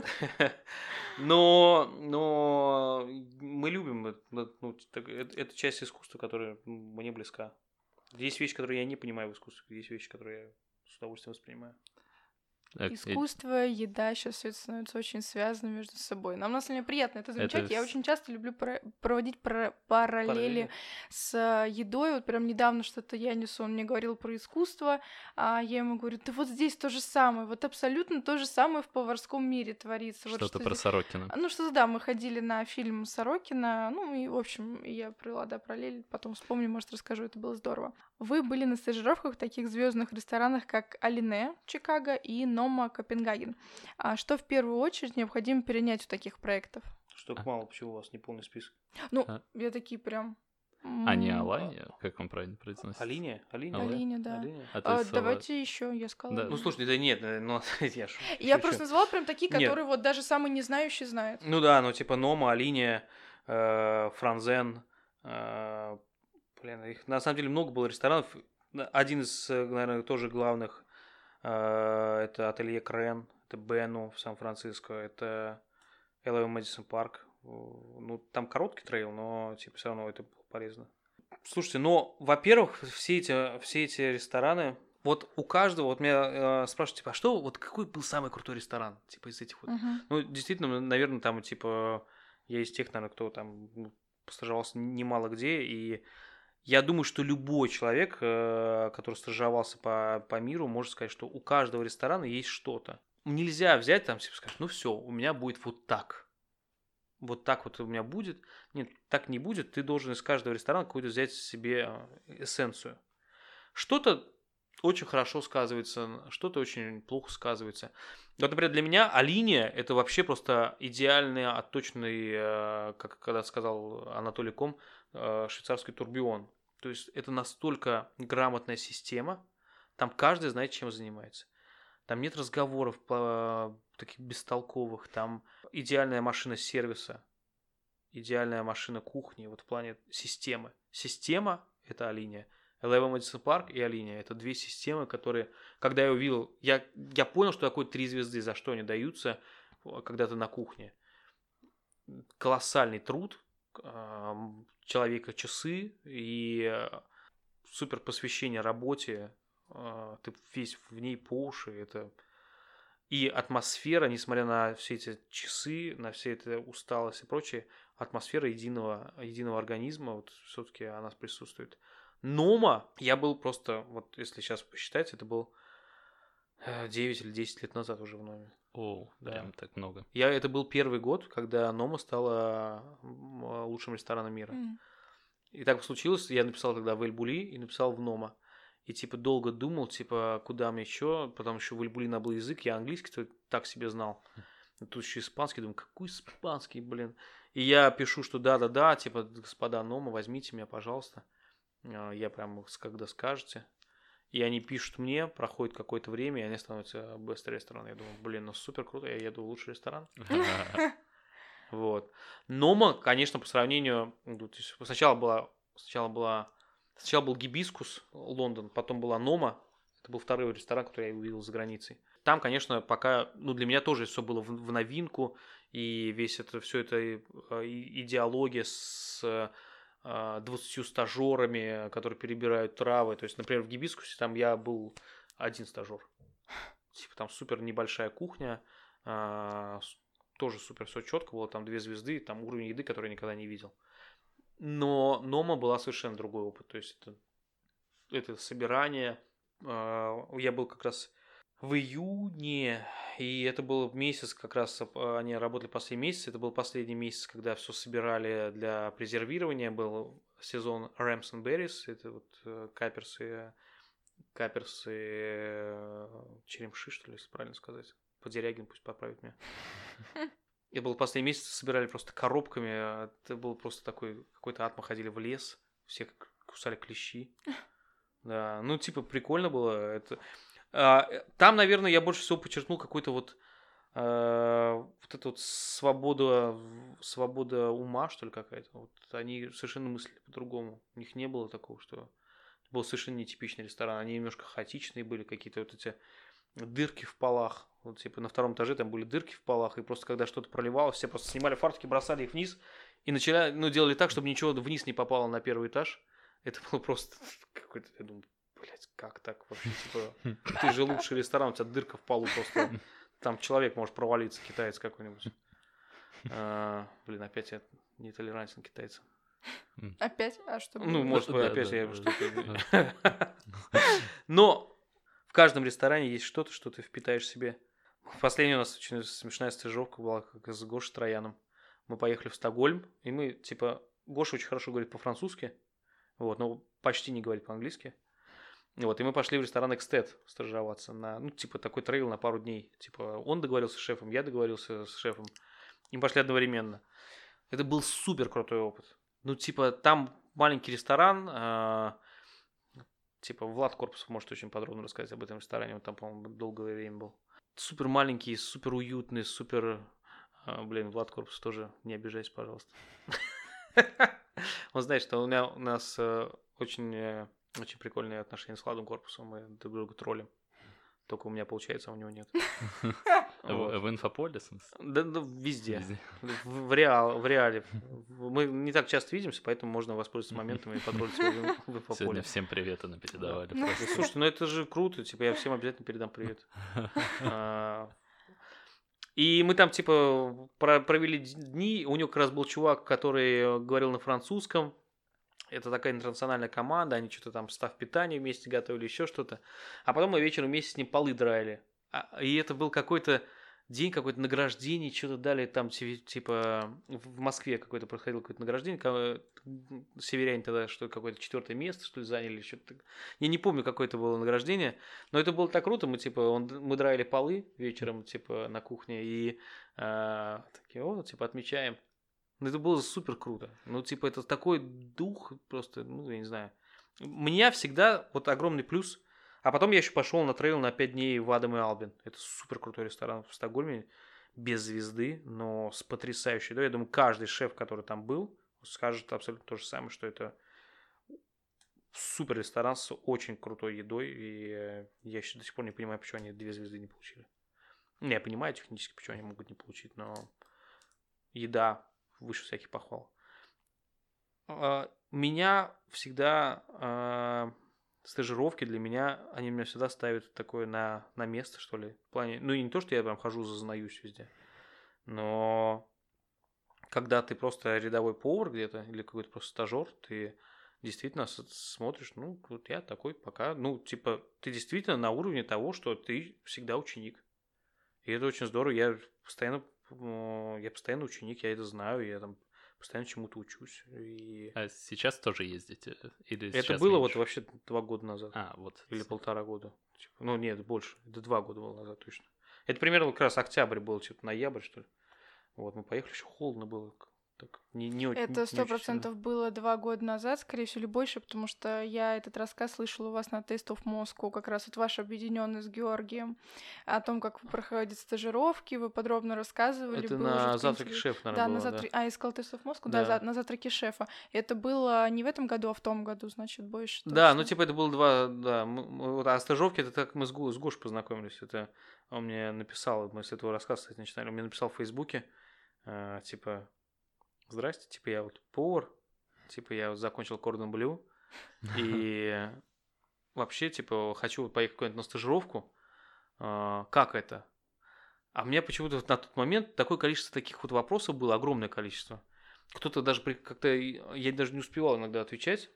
Но, но мы любим, ну, это часть искусства, которая мне близка. Есть вещи, которые я не понимаю в искусстве, есть вещи, которые я с удовольствием воспринимаю. Искусство, еда сейчас все это становится очень связано между собой. Нам, на самом деле, приятно это замечать. Это... Я очень часто люблю про- проводить про- параллели, параллели с едой. Вот прям недавно что-то Янису, он мне говорил про искусство, а я ему говорю, да вот здесь то же самое, вот абсолютно то же самое в поварском мире творится. Что-то вот что про здесь... Сорокина. Ну что-то, да, мы ходили на фильм Сорокина, ну и, в общем, я провела, да, параллель, потом вспомню, может, расскажу, это было здорово. Вы были на стажировках в таких звездных ресторанах, как Алине, Чикаго, и Нома, Копенгаген. А что в первую очередь необходимо перенять у таких проектов? Что так мало, почему у вас не полный список? Ну, а? я такие прям... А не Алания, как он правильно произносит? Алиния? Алиния? Алиния, да. Алиния. А ты А, салат. давайте еще, я сказала. Да. Ну, Алиния. слушай, да нет, э, ну, я шу- Я шучу. просто назвала прям такие, Нет. которые вот даже самый не знающий знает. Ну да, ну типа Нома, Алиния, э, Франзен. э, Блин, их на самом деле много было ресторанов. Один из, э, наверное, тоже главных э, это ателье Крен, это Бену в Сан-Франциско, это эл эй Мэдисон Парк. Ну, там короткий трейл, но типа все равно это было полезно. Слушайте, ну, во-первых, все эти, все эти рестораны, вот у каждого, вот меня э, спрашивают, типа, а что, вот какой был самый крутой ресторан, типа, из этих вот? Мгм. Ну, действительно, наверное, там, типа, я из тех, наверное, кто там ну, постажировался немало где, и я думаю, что любой человек, э, который стажировался по, по миру, может сказать, что у каждого ресторана есть что-то. Нельзя взять там, типа, сказать, ну все, у меня будет вот так. Вот так вот у меня будет. Нет, так не будет. Ты должен из каждого ресторана какую-то взять себе э, эссенцию. Что-то очень хорошо сказывается, что-то очень плохо сказывается. Вот, например, для меня Алиния – это вообще просто идеальный, отточенный, э, как когда сказал Анатолий Ком, э, швейцарский турбион. То есть это настолько грамотная система, там каждый знает, чем занимается. Там нет разговоров по, таких бестолковых, там идеальная машина сервиса, идеальная машина кухни, вот в плане системы. Система – это Алиния. эл эй Мэдисон Парк и Алиния – это две системы, которые, когда я увидел, я, я понял, что такое три звезды, за что они даются когда-то на кухне. Колоссальный труд человека, часы и супер посвящение работе. Ты весь в ней по уши. Это... И атмосфера, несмотря на все эти часы, на все это усталость и прочее, атмосфера единого, единого организма, вот все-таки она присутствует. Нома, я был просто, вот если сейчас посчитать, это был девять или десять лет назад уже в Номе. О, Да. прям так много. Я, это был первый год, когда Нома стала лучшим рестораном мира. М. И так случилось, я написал тогда в Эль-Були и написал в Нома. И типа долго думал, типа, куда мне еще, потому что в Эль-Були был язык, я английский так себе знал. Тут еще испанский, думаю, какой испанский, блин. И я пишу, что да-да-да, типа, господа Нома, возьмите меня, пожалуйста. Я прям, когда скажете. И они пишут мне, проходит какое-то время, и они становятся best ресторан. Я думаю, блин, ну супер круто, я еду в лучший ресторан. Вот. Нома, конечно, по сравнению... Сначала была... Сначала была... Сначала был Гибискус, Лондон, потом была Нома. Это был второй ресторан, который я увидел за границей. Там, конечно, пока... Ну, для меня тоже все было в, в новинку. И весь это... Все это идеология с... двадцатью стажерами, которые перебирают травы. То есть, например, в Гибискусе там я был один стажер. Типа там супер небольшая кухня, а, тоже супер все четко было, там две звезды, там уровень еды, который я никогда не видел. Но Нома была совершенно другой опыт. То есть это, это собирание. А, я был как раз в июне, и это был месяц, как раз они работали последний месяц, это был последний месяц, когда все собирали для презервирования, был сезон Rams and Berries, это вот каперсы, каперсы, черемши, что ли, если правильно сказать, Подерягин пусть поправит меня. Это был последний месяц, собирали просто коробками, это был просто такой, какой-то ад, мы ходили в лес, все кусали клещи, да, ну типа прикольно было, это... Там, наверное, я больше всего подчеркнул какой-то вот э, вот эту вот свободу, свобода ума, что ли, какая-то. Вот они совершенно мыслили по-другому. У них не было такого, что это был совершенно нетипичный ресторан. Они немножко хаотичные были, какие-то вот эти дырки в полах. Вот типа на втором этаже там были дырки в полах, и просто когда что-то проливалось, все просто снимали фартуки, бросали их вниз и начали, ну, делали так, чтобы ничего вниз не попало на первый этаж. Это было просто какой-то, я думаю, блять, как так вообще, типа, ты же лучший ресторан, у тебя дырка в полу просто, там человек может провалиться, китаец какой-нибудь. А, блин, опять я нетолерантен к китайцам. Опять? А что было? Ну, может быть, Да, опять да, я да. что-то... Но в каждом ресторане есть что-то, что ты впитаешь в себе. Последняя у нас очень смешная стажировка была как с Гошей Трояном. Мы поехали в Стокгольм, и мы, типа, Гоша очень хорошо говорит по-французски, вот, но почти не говорит по-английски. Вот, и мы пошли в ресторан Экстет стажироваться на, ну, типа, такой трейл на пару дней. Типа, он договорился с шефом, я договорился с шефом. И мы пошли одновременно. Это был супер крутой опыт. ну, типа, там маленький ресторан, а, типа, Влад Корпусов может очень подробно рассказать об этом ресторане, он там, по-моему, долгое время был. Супер маленький, супер уютный, супер... А, блин, Влад Корпусов тоже, не обижайся, пожалуйста. Он знает, что у меня у нас э, очень, э, очень прикольные отношения с Владом Корпусом, мы друг друга троллим. Только у меня получается, а у него нет. В, в инфополе, в смысле? Да, да, везде. Везде. В, в, реал, в реале. Мы не так часто видимся, поэтому можно воспользоваться моментом и потроллить его в, в инфополе. Сегодня всем привет и передавали. Да. Слушайте, ну это же круто, типа я всем обязательно передам привет. И мы там, типа, провели дни. У него как раз был чувак, который говорил на французском. Это такая интернациональная команда. Они что-то там став питания вместе готовили, еще что-то. А потом мы вечером вместе с ним полы драили. И это был какой-то день, какое-то награждение. Что-то дали там, типа, в Москве какое-то происходило какое-то награждение. Северяне тогда что какое-то четвертое место, что ли, заняли. Что-то. Я не помню, какое это было награждение. Но это было так круто. Мы, типа, он, мы драили полы вечером, типа, на кухне. И э, такие, о, типа, отмечаем. Ну, это было супер круто. Ну, типа, это такой дух просто, ну, я не знаю. У меня всегда вот огромный плюс. А потом я еще пошел на трейл на пять дней в Адам и Албин. Это супер крутой ресторан в Стокгольме. Без звезды, но с потрясающей едой. Я думаю, каждый шеф, который там был, скажет абсолютно то же самое, что это супер ресторан с очень крутой едой. И я еще до сих пор не понимаю, почему они две звезды не получили. Я понимаю технически, почему они могут не получить, но еда выше всяких похвал. Меня всегда... Стажировки для меня, они меня всегда ставят такое на, на место, что ли. В плане, ну, и не то, что я прям хожу, зазнаюсь везде. Но когда ты просто рядовой повар где-то, или какой-то просто стажер, ты действительно смотришь, ну, вот я такой пока, ну, типа, ты действительно на уровне того, что ты всегда ученик. И это очень здорово. Я постоянно, я постоянно ученик, я это знаю, я там постоянно чему-то учусь. И... А сейчас тоже ездите? Или это было меньше? Вот вообще два года назад. А, вот. Или полтора года. Типа, ну, нет, больше. Это два года было назад точно. Это примерно как раз октябрь был, типа ноябрь, что ли. Вот, мы поехали, еще холодно было. Так, не, не, это сто процентов было два года назад, скорее всего, или больше, потому что я этот рассказ слышала у вас на Taste of Moscow, как раз вот ваш объединенный с Георгием, о том, как вы проходите стажировки, вы подробно рассказывали. Это на завтраке шефа, наверное, да, было, на завтра... да. А, искал Taste of Moscow? Да, да, на завтраке шефа. Это было не в этом году, а в том году, значит, больше. Точно. Да, ну типа это было два, да. Мы, а стажировки, это так мы с, Гу, с Гошей познакомились. Это он мне написал, мы с этого рассказа, кстати, начинали, он мне написал в Фейсбуке, э, типа... Здрасте, типа я вот повар, типа я вот закончил Кордон Блю, и вообще, типа, хочу поехать куда-нибудь на стажировку. А, как это? А у меня почему-то на тот момент такое количество таких вот вопросов было, огромное количество. Кто-то даже как-то, я даже не успевал иногда отвечать.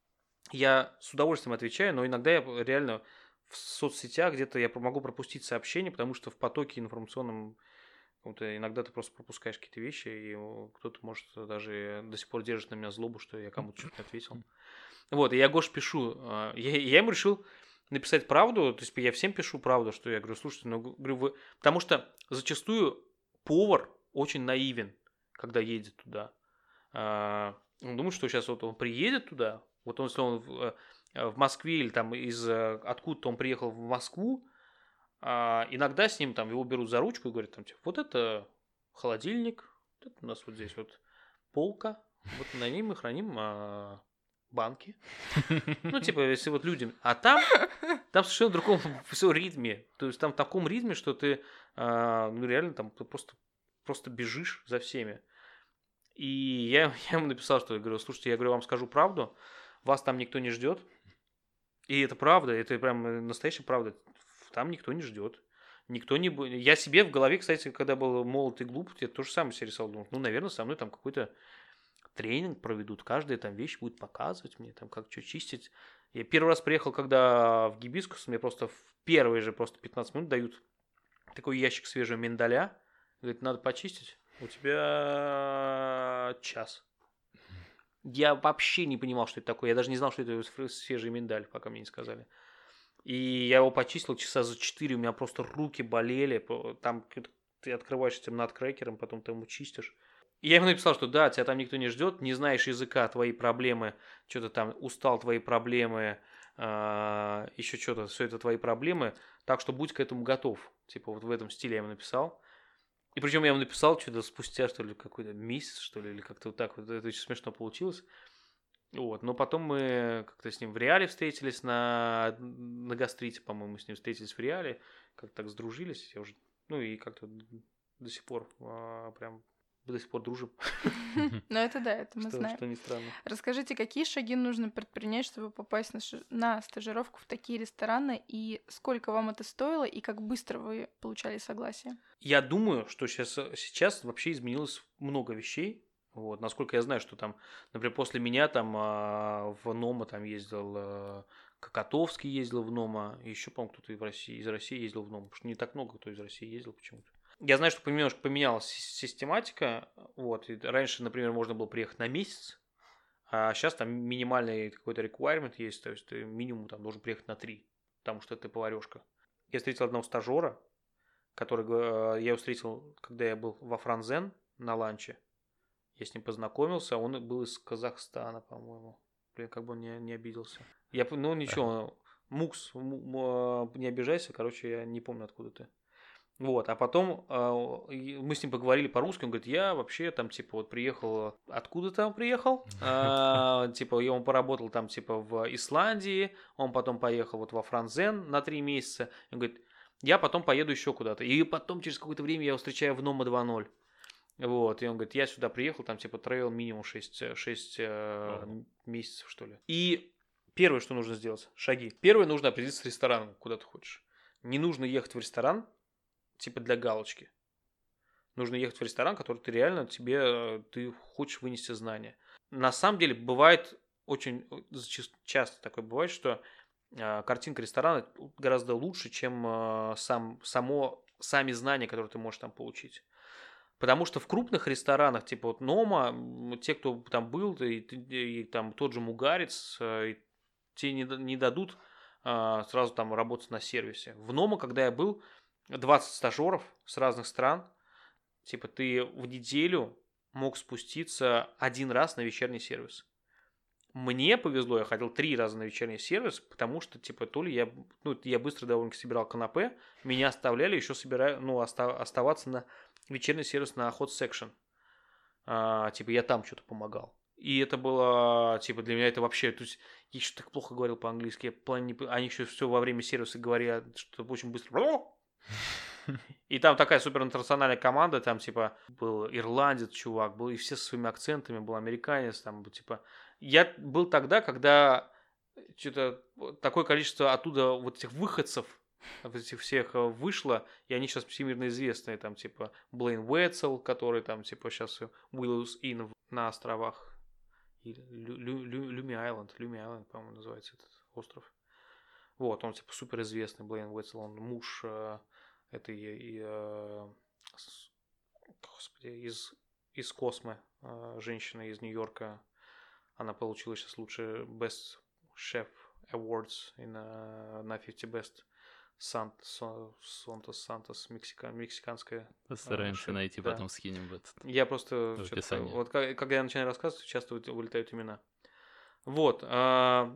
Я с удовольствием отвечаю, но иногда я реально в соцсетях где-то я могу пропустить сообщение, потому что в потоке информационном иногда ты просто пропускаешь какие-то вещи, и кто-то, может, даже до сих пор держит на меня злобу, что я кому-то что-то не ответил. Вот, и я Гош пишу. Я, я ему решил написать правду, то есть я всем пишу правду, что я говорю, слушайте, ну, говорю, вы... Потому что зачастую повар очень наивен, когда едет туда. Он думает, что сейчас вот он приедет туда, вот он, если он в, в Москве или там из откуда-то он приехал в Москву, А иногда с ним там его берут за ручку и говорят, там, типа, вот это холодильник, вот это у нас вот здесь вот полка, вот на ней мы храним а, банки. Ну, типа, если вот людям... А там, там совершенно в другом все ритме. То есть там в таком ритме, что ты а, ну, реально там просто, просто бежишь за всеми. И я, я ему написал, что я говорю, слушайте, я говорю, вам скажу правду, вас там никто не ждет. И это правда, это прям настоящая правда. Там никто не ждет. Никто не... Я себе в голове, кстати, когда был молод и глуп, я то же самое себе рисовал. Думал, ну, наверное, со мной там какой-то тренинг проведут. Каждая там вещь будет показывать мне, там, как что чистить. Я первый раз приехал, когда в Гибискус, мне просто в первые же просто пятнадцать минут дают такой ящик свежего миндаля. Говорит, надо почистить. У тебя час. Я вообще не понимал, что это такое. Я даже не знал, что это свежий миндаль, пока мне не сказали. И я его почистил часа за четыре, у меня просто руки болели. Там ты открываешь этим надкрекером, потом ты ему чистишь. я ему написал, что да, тебя там никто не ждет, не знаешь языка, твои проблемы, что-то там устал, твои проблемы, э, еще что-то, все это твои проблемы, так что будь к этому готов. Типа вот в этом стиле я ему написал. И причем я ему написал что-то спустя, что ли, какой-то месяц, что ли, или как-то вот так вот. Это очень смешно получилось. Вот. Но потом мы как-то с ним в Реале встретились на, на гастрите, по-моему, с ним встретились в Реале, как-то так сдружились. Я уже, ну и как-то до сих пор а, прям до сих пор дружим. Ну это да, это мы знаем. Что не странно. Расскажите, какие шаги нужно предпринять, чтобы попасть на, ш... на стажировку в такие рестораны, и сколько вам это стоило, и как быстро вы получали согласие? Я думаю, что сейчас, сейчас вообще изменилось много вещей. Вот, насколько я знаю, что там, например, после меня там а, в НОМА там ездил а, Кокотовский ездил в НОМА, еще, по-моему, кто-то из России, из России ездил в НОМА, потому что не так много кто из России ездил почему-то. Я знаю, что немножко поменялась систематика. Вот, и раньше, например, можно было приехать на месяц, а сейчас там минимальный какой-то requirement есть, то есть ты минимум там должен приехать на три, потому что ты поварешка. Я встретил одного стажера, который я его встретил, когда я был во Франзен на ланче. Я с ним познакомился, он был из Казахстана, по-моему. Блин, как бы он не, не обиделся. Я, ну ничего, Мукс, не обижайся, короче, я не помню, откуда ты. Вот, а потом э, мы с ним поговорили по-русски, он говорит, я вообще там, типа, вот приехал, откуда там приехал? Э, типа, и он поработал там, типа, в Исландии, он потом поехал вот во Франзен на три месяца, он говорит, я потом поеду еще куда-то. И потом через какое-то время я его встречаю в НОМА два ноль. Вот, и он говорит, я сюда приехал, там, типа, трейл минимум шесть, шесть э, месяцев, что ли. И первое, что нужно сделать, шаги. Первое, нужно определиться с рестораном, куда ты хочешь. Не нужно ехать в ресторан, типа для галочки. Нужно ехать в ресторан, который ты реально тебе, ты хочешь вынести знания. На самом деле бывает очень часто такое бывает, что э, картинка ресторана гораздо лучше, чем э, сам, само, сами знания, которые ты можешь там получить. Потому что в крупных ресторанах, типа вот НОМА, те, кто там был, и, и, и там тот же Мугарец, и, те не, не дадут э, сразу там работать на сервисе. В НОМА, когда я был, двадцать стажеров с разных стран, типа ты в неделю мог спуститься один раз на вечерний сервис. Мне повезло, я ходил три раза на вечерний сервис, потому что, типа, то ли я, ну, я быстро довольно собирал канапе, меня оставляли еще собираю, ну, оста- оставаться на вечерний сервис на hot section. А, типа, я там что-то помогал. И это было, типа, для меня это вообще, то есть, я еще так плохо говорил по-английски, я плане, они еще все во время сервиса говорят, что очень быстро. И там такая супер интернациональная команда, там, типа, был ирландец, чувак, был и все со своими акцентами, был американец, там, типа. Я был тогда, когда что-то такое количество оттуда вот этих выходцев, вот этих всех вышло, и они сейчас всемирно известные, там, типа, Блейн Уэтсел, который там, типа, сейчас Willow's Inn на островах, или Люми Айленд, Люми Айленд, по-моему, называется этот остров. Вот, он, типа, супер известный, Блейн Уэтсел, он муж этой, и, э, господи, из, из Космо, э, женщина из Нью-Йорка, она получила сейчас лучший Best Chef Awards и на, на пятьдесят Best Сантос Сантос, мексика, мексиканская. Постараемся э, найти, да. Потом скинем в этот. Я просто, вот когда я начинаю рассказывать, часто вылетают имена. Вот, э,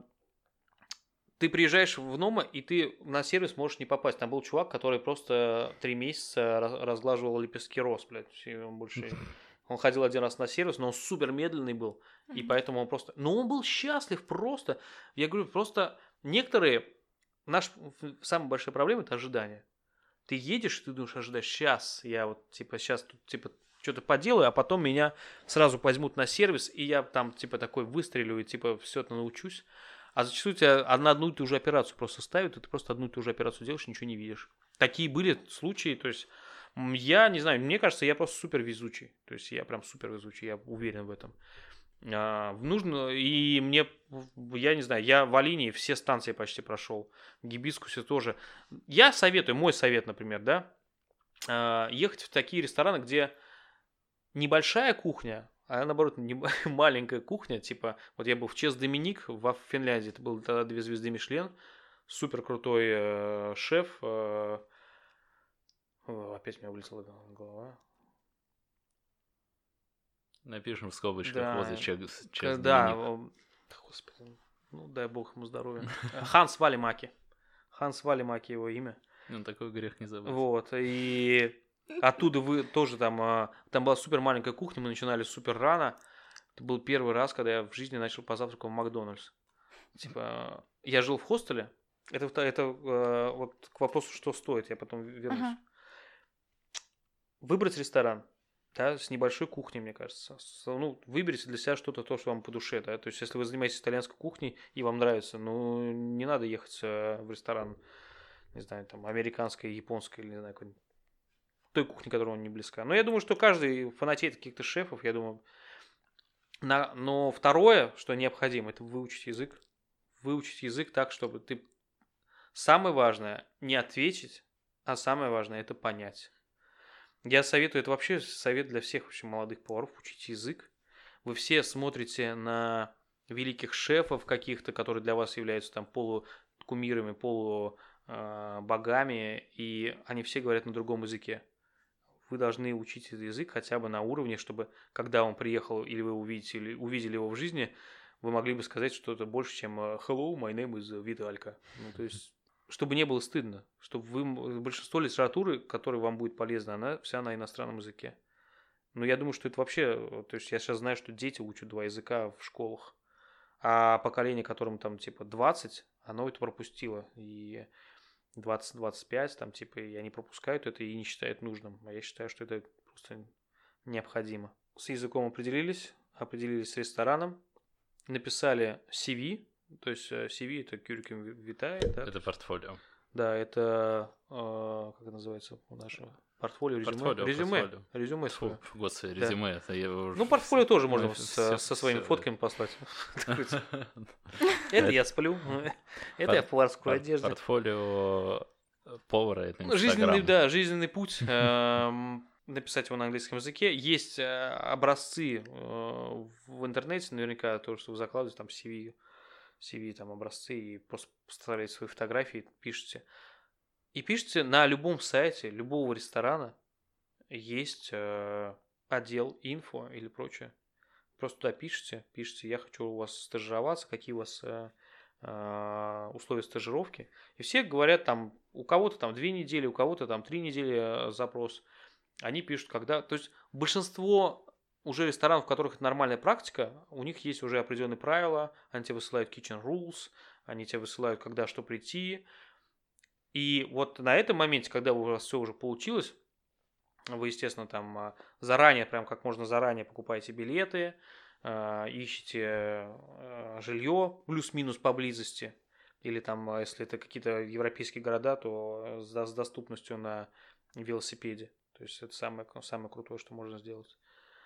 ты приезжаешь в НОМА, и ты на сервис можешь не попасть. Там был чувак, который просто три месяца разглаживал лепестки роз, блядь. И он больше... Он ходил один раз на сервис, но он супер медленный был. И поэтому он просто... Но он был счастлив просто. Я говорю, просто некоторые... Наша самая большая проблема – это ожидание. Ты едешь, ты думаешь, ожидаешь, сейчас я вот, типа, сейчас тут, типа, что-то поделаю, а потом меня сразу возьмут на сервис, и я там, типа, такой выстрелю, и, типа, все это научусь. А зачастую тебя на одну и ту же операцию просто ставят, и ты просто одну и ту же операцию делаешь, ничего не видишь. Такие были случаи, то есть, я не знаю, мне кажется, я просто супер везучий. То есть, я прям супер везучий, я уверен в этом. А, нужно, и мне, я не знаю, я в Алинии все станции почти прошел, в Гибискусе тоже. Я советую, мой совет, например, да, а, ехать в такие рестораны, где небольшая кухня, а наоборот, не, маленькая кухня, типа, вот я был в Чес Доминик в Финляндии, это было тогда две звезды Мишлен, супер крутой э, шеф, э, о, опять у меня вылетела голова. Напишем в скобочках Да. возле чек, чек Да, Доминик. о, господи, ну дай бог ему здоровья. Ханс Валимаки. Ханс Валимаки его имя. Ну, такой грех не забыть. Вот, и оттуда вы тоже там, а, там была супер маленькая кухня, мы начинали супер рано. Это был первый раз, когда я в жизни начал позавтракать в Макдональдс. Типа, я жил в хостеле. Это, это, это э, вот к вопросу, что стоит, я потом вернусь. Ага. Выбрать ресторан, да, с небольшой кухней, мне кажется. С- ну, выберите для себя что-то, то, что вам по душе, да. То есть, если вы занимаетесь итальянской кухней и вам нравится, ну, не надо ехать э, в ресторан, не знаю, там, американской, японской или, не знаю, какой-нибудь той кухни, которая вам не близка. Но я думаю, что каждый фанатеет каких-то шефов, я думаю. На... Но второе, что необходимо, это выучить язык. Выучить язык так, чтобы ты... Самое важное не ответить, а самое важное это понять. Я советую, это вообще совет для всех вообще молодых поваров, учить язык. Вы все смотрите на великих шефов каких-то, которые для вас являются там полукумирами, полубогами, и они все говорят на другом языке. Вы должны учить этот язык хотя бы на уровне, чтобы когда он приехал или вы увидите, или увидели его в жизни, вы могли бы сказать что-то больше, чем «Hello, my name is Виталька». Ну, то есть, чтобы не было стыдно, чтобы вы... Большинство литературы, которая вам будет полезна, она вся на иностранном языке. Но я думаю, что это вообще... То есть, я сейчас знаю, что дети учат два языка в школах, а поколение, которому там типа двадцать, оно это пропустило. И двадцать-двадцать пять, там, типа, и они пропускают это и не считают нужным. А я считаю, что это просто необходимо. С языком определились, определились с рестораном, написали си ви, то есть си ви это Curriculum Vitae, да? Это портфолио. Да, это, э, как это называется у нашего портфолио, резюме? Портфолио, резюме, портфолио. резюме Фу, свое. господи, Да. резюме. Это я уже... Ну, портфолио тоже можно Мы с- всё- со своими всё- фотками послать. Это я сплю, это я в поварской Пор- одежде. Портфолио повара — это Ну, Жизненный, Инстаграм. да, жизненный путь. эм, Написать его на английском языке. Есть э, образцы э, в интернете, наверняка, то, что вы закладываете, там, си ви, си ви, там, образцы, и просто вставляете свои фотографии, пишете. И пишите на любом сайте, любого ресторана есть э, отдел инфо или прочее. Просто туда пишите, пишите, я хочу у вас стажироваться, какие у вас э, э, условия стажировки. И все говорят там, у кого-то там две недели, у кого-то там три недели э, запрос. Они пишут, когда... То есть большинство уже ресторанов, в которых это нормальная практика, у них есть уже определенные правила, они тебе высылают kitchen rules, они тебе высылают, когда что прийти. И вот на этом моменте, когда у вас все уже получилось, вы, естественно, там а, заранее, прям как можно заранее покупаете билеты, а, ищете а, жилье плюс-минус поблизости. Или там, а, если это какие-то европейские города, то с, с доступностью на велосипеде. То есть это самое, самое крутое, что можно сделать.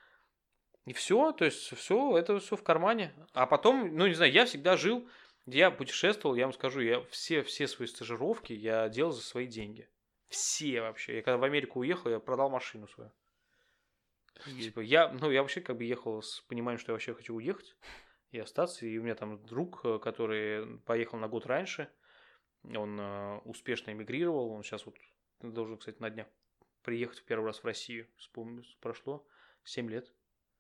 И все, то есть все, это все в кармане. А потом, ну не знаю, я всегда жил, я путешествовал, я вам скажу, я все, все свои стажировки я делал за свои деньги. Все вообще. Я когда в Америку уехал, я продал машину свою. Типа, я, ну, я вообще как бы ехал с пониманием, что я вообще хочу уехать и остаться. И у меня там друг, который поехал на год раньше, он э, успешно эмигрировал, он сейчас вот должен, кстати, на днях приехать в первый раз в Россию. Вспомню, прошло семь лет.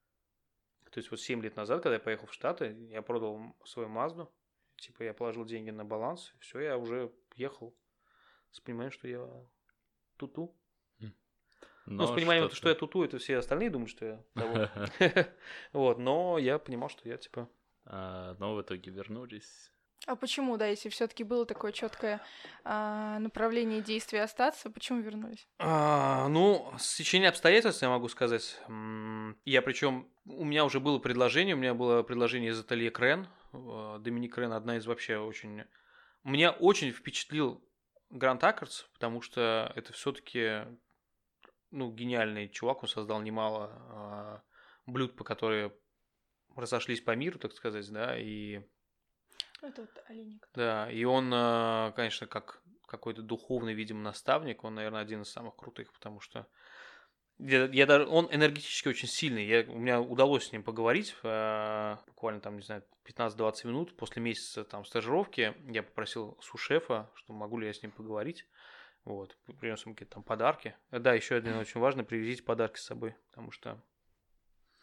То есть вот семь лет назад, когда я поехал в Штаты, я продал свою Мазду. Типа я положил деньги на баланс, и все, я уже ехал с пониманием, что я туту. Ну, с пониманием, что я туту, это все остальные думают, что я того. Вот, но я понимал, что я типа... Но в итоге вернулись. А почему, да, если все-таки было такое четкое а, направление действия остаться, почему вернулись? А, ну, с течением обстоятельств я могу сказать. М, Я причем, у меня уже было предложение, у меня было предложение из ателье Крен. Э, Доминик Крен одна из вообще очень... Меня очень впечатлил Гранд Аккордс, потому что это все-таки ну, гениальный чувак, он создал немало а, блюд, по которые разошлись по миру, так сказать, да, и... Это вот олейник. Да, и он, а, конечно, как какой-то духовный, видимо, наставник, он, наверное, один из самых крутых, потому что я, я даже, он энергетически очень сильный. Я, у меня удалось с ним поговорить, а, буквально там, не знаю, пятнадцать-двадцать минут после месяца там стажировки. Я попросил су-шефа, что могу ли я с ним поговорить. Вот, принес ему какие-то там подарки. Да, еще один очень важно, привезите подарки с собой, потому что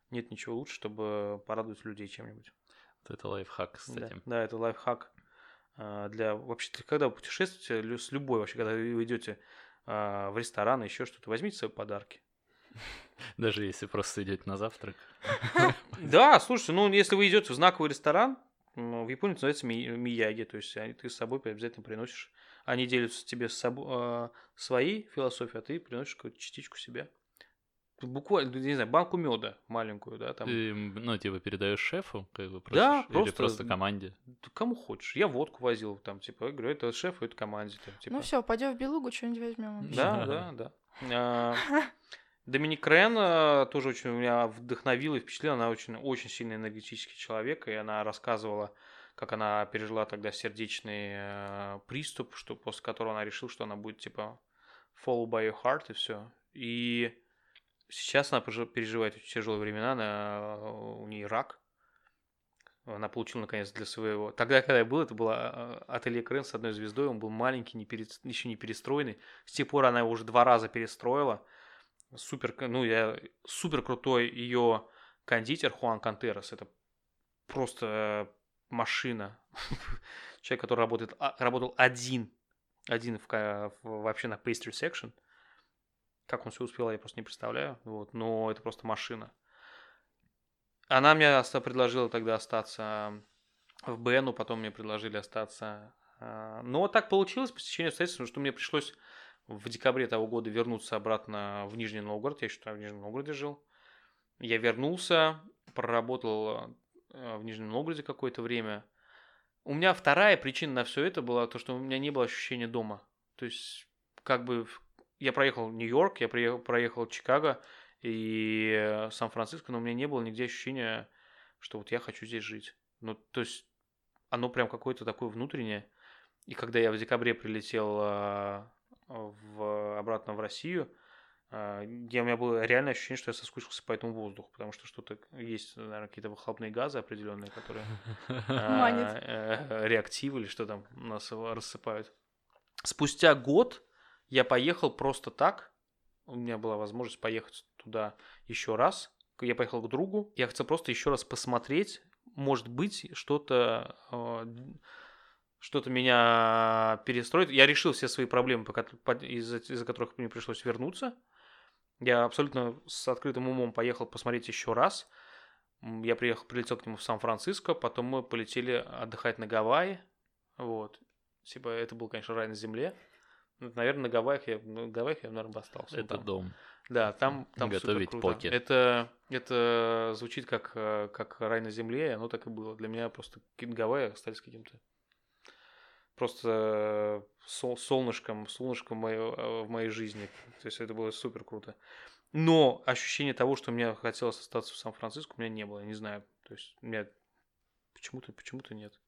нет ничего лучше, чтобы порадовать людей чем-нибудь. Вот это лайфхак, кстати. Да, да, это лайфхак для... Вообще, когда вы путешествуете, с любой вообще, когда вы идете в ресторан, еще что-то, возьмите свои подарки. Даже если просто идете на завтрак. Да, слушайте, ну, если вы идете в знаковый ресторан, в Японии это называется мияги, то есть ты с собой обязательно приносишь. Они делятся тебе с собой своей философией, а ты приносишь какую-то частичку себя. Буквально, не знаю, банку меда маленькую, да, там. Ты, ну, типа, передаешь шефу, как бы просишь, да, или просто, просто команде? Кому хочешь. Я водку возил, там, типа, я говорю, это шефу, это команде. Там, типа. Ну все, пойдем в Белугу, что-нибудь возьмем. Да, да, да. Доминик Рен тоже очень меня вдохновила и впечатлила. Она очень, очень сильный энергетический человек, и она рассказывала, как она пережила тогда сердечный э, приступ, что, после которого она решила, что она будет типа follow by your heart и все. И сейчас она переживает очень тяжелые времена, она, у нее рак. Она получила наконец для своего... Тогда, когда я был, это было ателье Крен с одной звездой, он был маленький, не перед... еще не перестроенный. С тех пор она его уже два раза перестроила. Супер, ну, я супер крутой ее кондитер Хуан Кантерос. Это просто машина. Человек, который работает, работал один, один в, в, вообще на pastry section. Как он все успел, я просто не представляю. Вот, но это просто машина. Она мне предложила тогда остаться в Бену, потом мне предложили остаться. Но так получилось по стечению обстоятельств, что мне пришлось в декабре того года вернуться обратно в Нижний Новгород. Я еще в Нижнем Новгороде жил. Я вернулся, проработал в Нижнем Новгороде какое-то время. У меня вторая причина на все это была то, что у меня не было ощущения дома. То есть, как бы, я проехал в Нью-Йорк, я приехал, проехал в Чикаго и Сан-Франциско, но у меня не было нигде ощущения, что вот я хочу здесь жить. Ну, то есть, оно прям какое-то такое внутреннее. И когда я в декабре прилетел в, обратно в Россию, я, у меня было реальное ощущение, что я соскучился по этому воздуху, потому что что-то есть, наверное, какие-то выхлопные газы определенные, которые реактивы или что там у нас рассыпают. Спустя год я поехал просто так. У меня была возможность поехать туда еще раз. Я поехал к другу. Я хотел просто еще раз посмотреть. Может быть, что-то что-то меня перестроит. Я решил все свои проблемы, из-за, из-за которых мне пришлось вернуться. Я абсолютно с открытым умом поехал посмотреть еще раз. Я приехал, прилетел к нему в Сан-Франциско, потом мы полетели отдыхать на Гавайи. Вот. Типа, это был, конечно, рай на земле. Наверное, на Гавайях я, на Гавайях я, наверное, бы остался. Это там. дом. Да, там, там готовить супер круто. поки. Это, это звучит как, как рай на земле, и оно так и было. Для меня просто Гавайи остались каким-то просто сол, солнышком, солнышком в моей жизни. То есть это было супер круто. Но ощущение того, что мне хотелось остаться в Сан-Франциско, у меня не было. Я не знаю. То есть у меня почему-то, почему-то нет.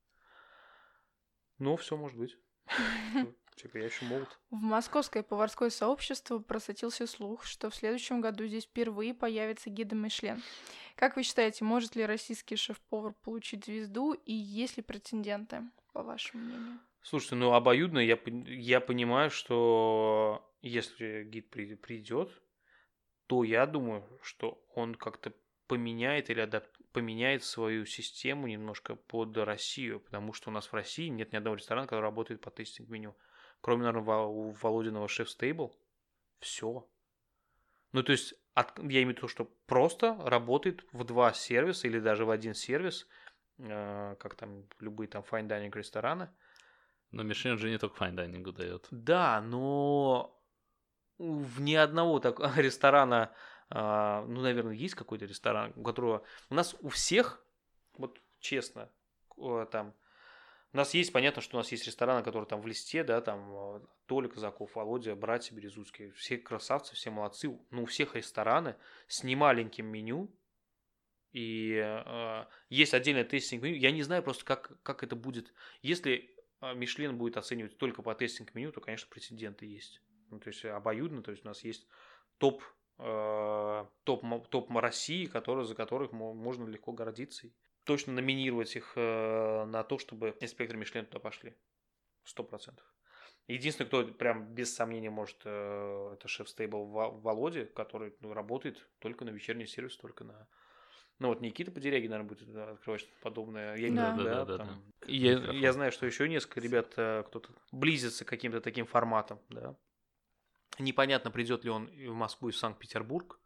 Но все может быть. Типа, я еще молод. В московское поварское сообщество просочился слух, что в следующем году здесь впервые появится гида Мишлен. Как вы считаете, может ли российский шеф-повар получить звезду, и есть ли претенденты, по вашему мнению? Слушайте, ну обоюдно я, я понимаю, что если гид придет, то я думаю, что он как-то поменяет или адап- поменяет свою систему немножко под Россию, потому что у нас в России нет ни одного ресторана, который работает по тестинг-меню. Кроме, наверное, у Володиного шеф-стейбл. Все. Ну, то есть, от, я имею в виду, что просто работает в два сервиса или даже в один сервис, э, как там любые там файн-дайнинг рестораны. Но Мишлен же не только файн-дайнингу дает. Да, но в ни одного такого ресторана, э, ну, наверное, есть какой-то ресторан, у которого... У нас у всех, вот честно, э, там... У нас есть, понятно, что у нас есть рестораны, которые там в листе, да, там Толя Казаков, Володя, братья Березутские, все красавцы, все молодцы. Но у всех рестораны с немаленьким меню, и э, есть отдельное тестинг-меню. Я не знаю просто, как, как это будет. Если Мишлен будет оценивать только по тестинг-меню, то, конечно, прецеденты есть. Ну, то есть обоюдно, то есть у нас есть топ, э, топ, топ России, которые, за которых можно легко гордиться. Точно номинировать их э, на то, чтобы инспекторы Мишлен туда пошли. Сто процентов. Единственный, кто прям без сомнения может, э, это шеф-стейбл Володя, который ну, работает только на вечерний сервис, только на... Ну вот Никита Подерягин, наверное, будет да, открывать что-то подобное. Я, Да. да, Да, да, да, там. да. Я, Микрофон. я знаю, что еще несколько ребят, э, кто-то близится к каким-то таким форматам, да. Непонятно, придет ли он в Москву и в Санкт-Петербург,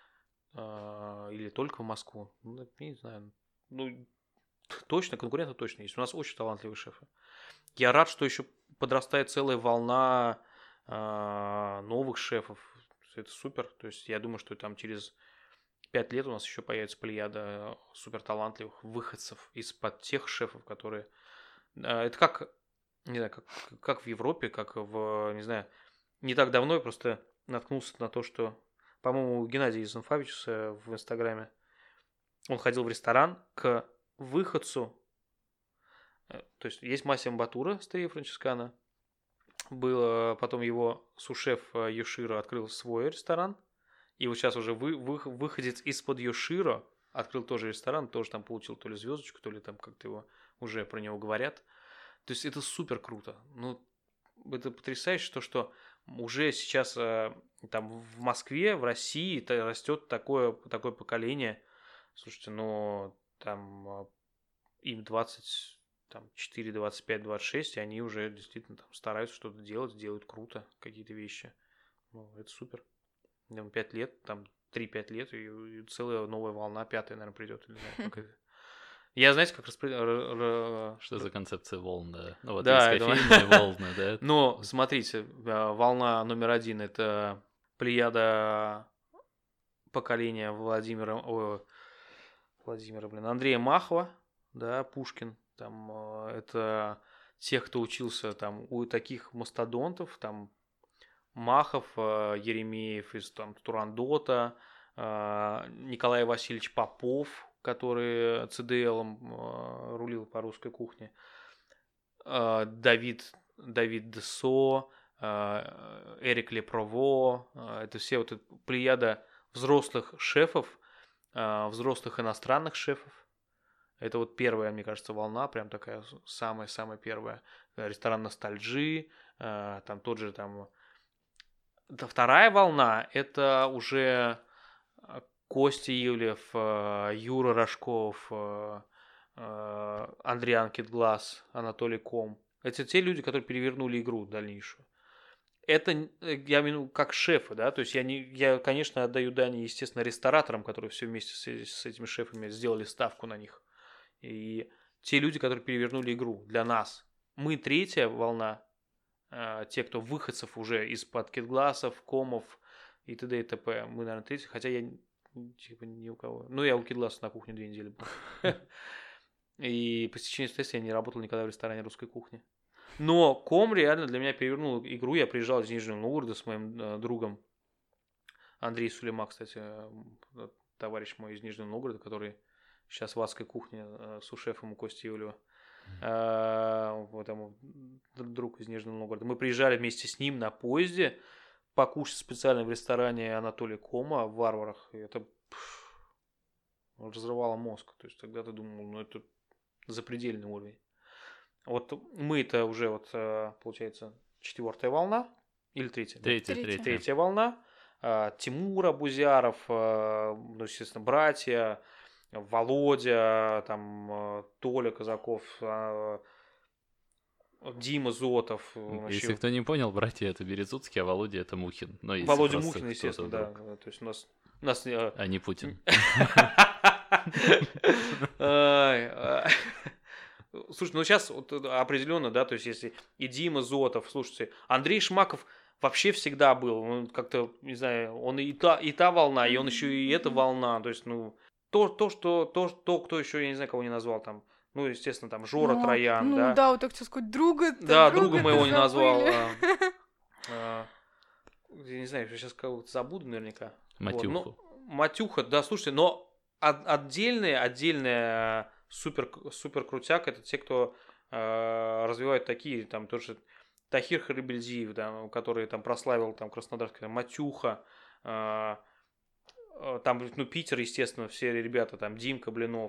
э, или только в Москву. Ну, не знаю. Ну, точно, конкуренты точно есть. У нас очень талантливые шефы. Я рад, что еще подрастает целая волна э, новых шефов. Это супер. То есть я думаю, что там через пять лет у нас еще появится плеяда суперталантливых выходцев из-под тех шефов, которые... Это как, не знаю, как, как в Европе, как в, не знаю, не так давно я просто наткнулся на то, что, по-моему, Геннадий Занфавич в Инстаграме, он ходил в ресторан к выходцу, то есть есть Массимо Батура, Стерия Франческано, был, потом его сушеф Йоширо открыл свой ресторан, и вот сейчас уже вы, вы, выходец из-под Йоширо открыл тоже ресторан, тоже там получил то ли звездочку, то ли там как-то его уже про него говорят. То есть это супер круто. Ну, это потрясающе, то, что уже сейчас там в Москве, в России растет такое, такое поколение. Слушайте, ну там им двадцать четыре, двадцать пять, двадцать шесть, и они уже действительно там стараются что-то делать, делают круто какие-то вещи. Ну, это супер. пять лет, там три-пять лет, и, и целая новая волна, пятая, наверное, придет. Я, знаете, как распределяю... Что за концепция волн, да? Ну, вот да, есть кофейные волны, да? Но, смотрите, волна номер один – это плеяда поколения Владимира... О, Владимира, блин, Андрея Махова, да, Пушкин. Там это тех, кто учился там у таких мастодонтов, там Махов, Еремеев из там, Турандота, Николай Васильевич Попов, который цэ дэ элом рулил по русской кухне, Давид, Давид Десо, Эрик Лепрово, это все вот эта плеяда взрослых шефов, взрослых иностранных шефов. Это вот первая, мне кажется, волна, прям такая самая-самая первая. Ресторан Ностальджи, там тот же там... Вторая волна – это уже Костя Ивлев, Юра Рожков, Андрей Анкетглаз, Анатолий Ком. Это те люди, которые перевернули игру дальнейшую. Это, я имею в виду, как шефы, да, то есть я, не, я, конечно, отдаю дань, естественно, рестораторам, которые все вместе с, с этими шефами сделали ставку на них. И те люди, которые перевернули игру для нас. Мы третья волна, те, кто выходцев уже из-под Китгласов, Комов и т.д. и т.п. Мы, наверное, третьи, хотя я типа ни у кого. Ну, я у Китгласов на кухне две недели был. И по стечению обстоятельств я не работал никогда в ресторане русской кухни. Но Ком реально для меня перевернул игру. Я приезжал из Нижнего Новгорода с моим э, другом Андрей Сулейма, кстати, э, товарищ мой из Нижнего Новгорода, который сейчас в адской кухне э, сушефом у Кости Ивлева. Uh, вот там друг из Нижнего Новгорода. Мы приезжали вместе с ним на поезде покушать специально в ресторане Анатолия Кома в Варварах. И это пфф, разрывало мозг. То есть тогда ты думал, ну это запредельный уровень. Вот мы это уже вот получается четвертая волна или третья? Третья, третья. Третья волна. Тимур Абузяров, ну, естественно, братья. Володя, там, Толя Казаков, Дима Зотов. Если вообще... кто не понял, братья это Березуцкий, а Володя это Мухин. Но Володя Мухин, естественно, да. То есть у нас... У нас... А не Путин. Слушай, ну сейчас определенно, да, то есть если и Дима Зотов, слушайте, Андрей Шмаков вообще всегда был, он как-то, не знаю, он и та, и та волна, и он еще и эта волна, то есть, ну... То, то, что, то, то, кто еще, я не знаю, кого не назвал там, ну, естественно, там, Жора ну, Троян, ну, да. Ну, да, вот так хотел сказать, друга Да, друга, друга моего не назвал. А, а, я не знаю, сейчас кого-то забуду наверняка. Матюху. Вот, ну, Матюха, да, слушайте, но от, отдельные, отдельные супер, супер крутяк, это те, кто э, развивают такие, там, тоже Тахир Харибельдиев, да, который там прославил там Краснодарский, Матюха, э, там, ну, Питер, естественно, все ребята, там, Димка Блинов,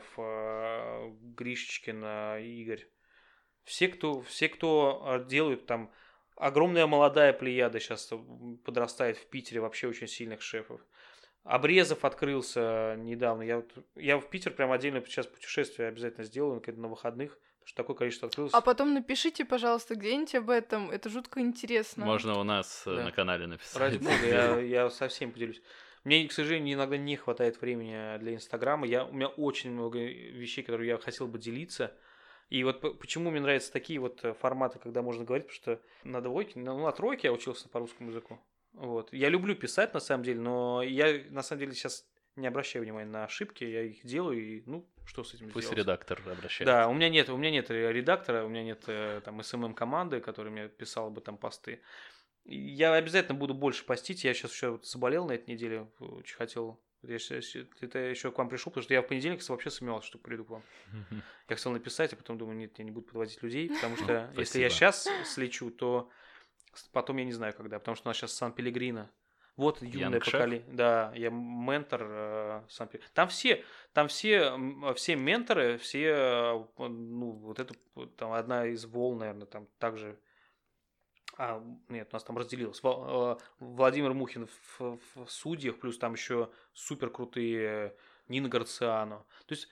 Гришечкин, Игорь. Все, кто, все, кто делают там огромная молодая плеяда сейчас подрастает в Питере, вообще очень сильных шефов. Обрезов открылся недавно. Я, вот, я в Питер прям отдельно сейчас путешествие обязательно сделаю на выходных, потому что такое количество открылось. А потом напишите, пожалуйста, где-нибудь об этом. Это жутко интересно. Можно у нас Да. на канале написать. Ради бога, я, я со всем поделюсь. Мне, к сожалению, иногда не хватает времени для Инстаграма. Я, у меня очень много вещей, которые я хотел бы делиться. И вот почему мне нравятся такие вот форматы, когда можно говорить, потому что на двойке, ну, на тройке я учился по русскому языку. Вот. Я люблю писать, на самом деле, но я, на самом деле, сейчас не обращаю внимания на ошибки, я их делаю, и, ну, что с этим Пусть сделать? редактор обращается. Да, у меня нет, у меня нет редактора, у меня нет там эс эм эм-команды, которая мне писала бы там посты. Я обязательно буду больше постить, я сейчас еще заболел на этой неделе, очень хотел... Я, это еще к вам пришел, потому что я в понедельник вообще сомневался, что приду к вам. Я хотел написать, а потом думаю, нет, я не буду подводить людей, потому что если я сейчас слечу, то потом я не знаю когда, потому что у нас сейчас Сан-Пелегрино. Вот юное поколение. Да, я ментор э, Сан-Пелегрино. Там все, там все, все менторы, все, ну, вот это, там одна из волн, наверное, там также... А, нет, у нас там разделилось. Владимир Мухин в, в судьях, плюс там еще супер крутые Нина Гарциано. То есть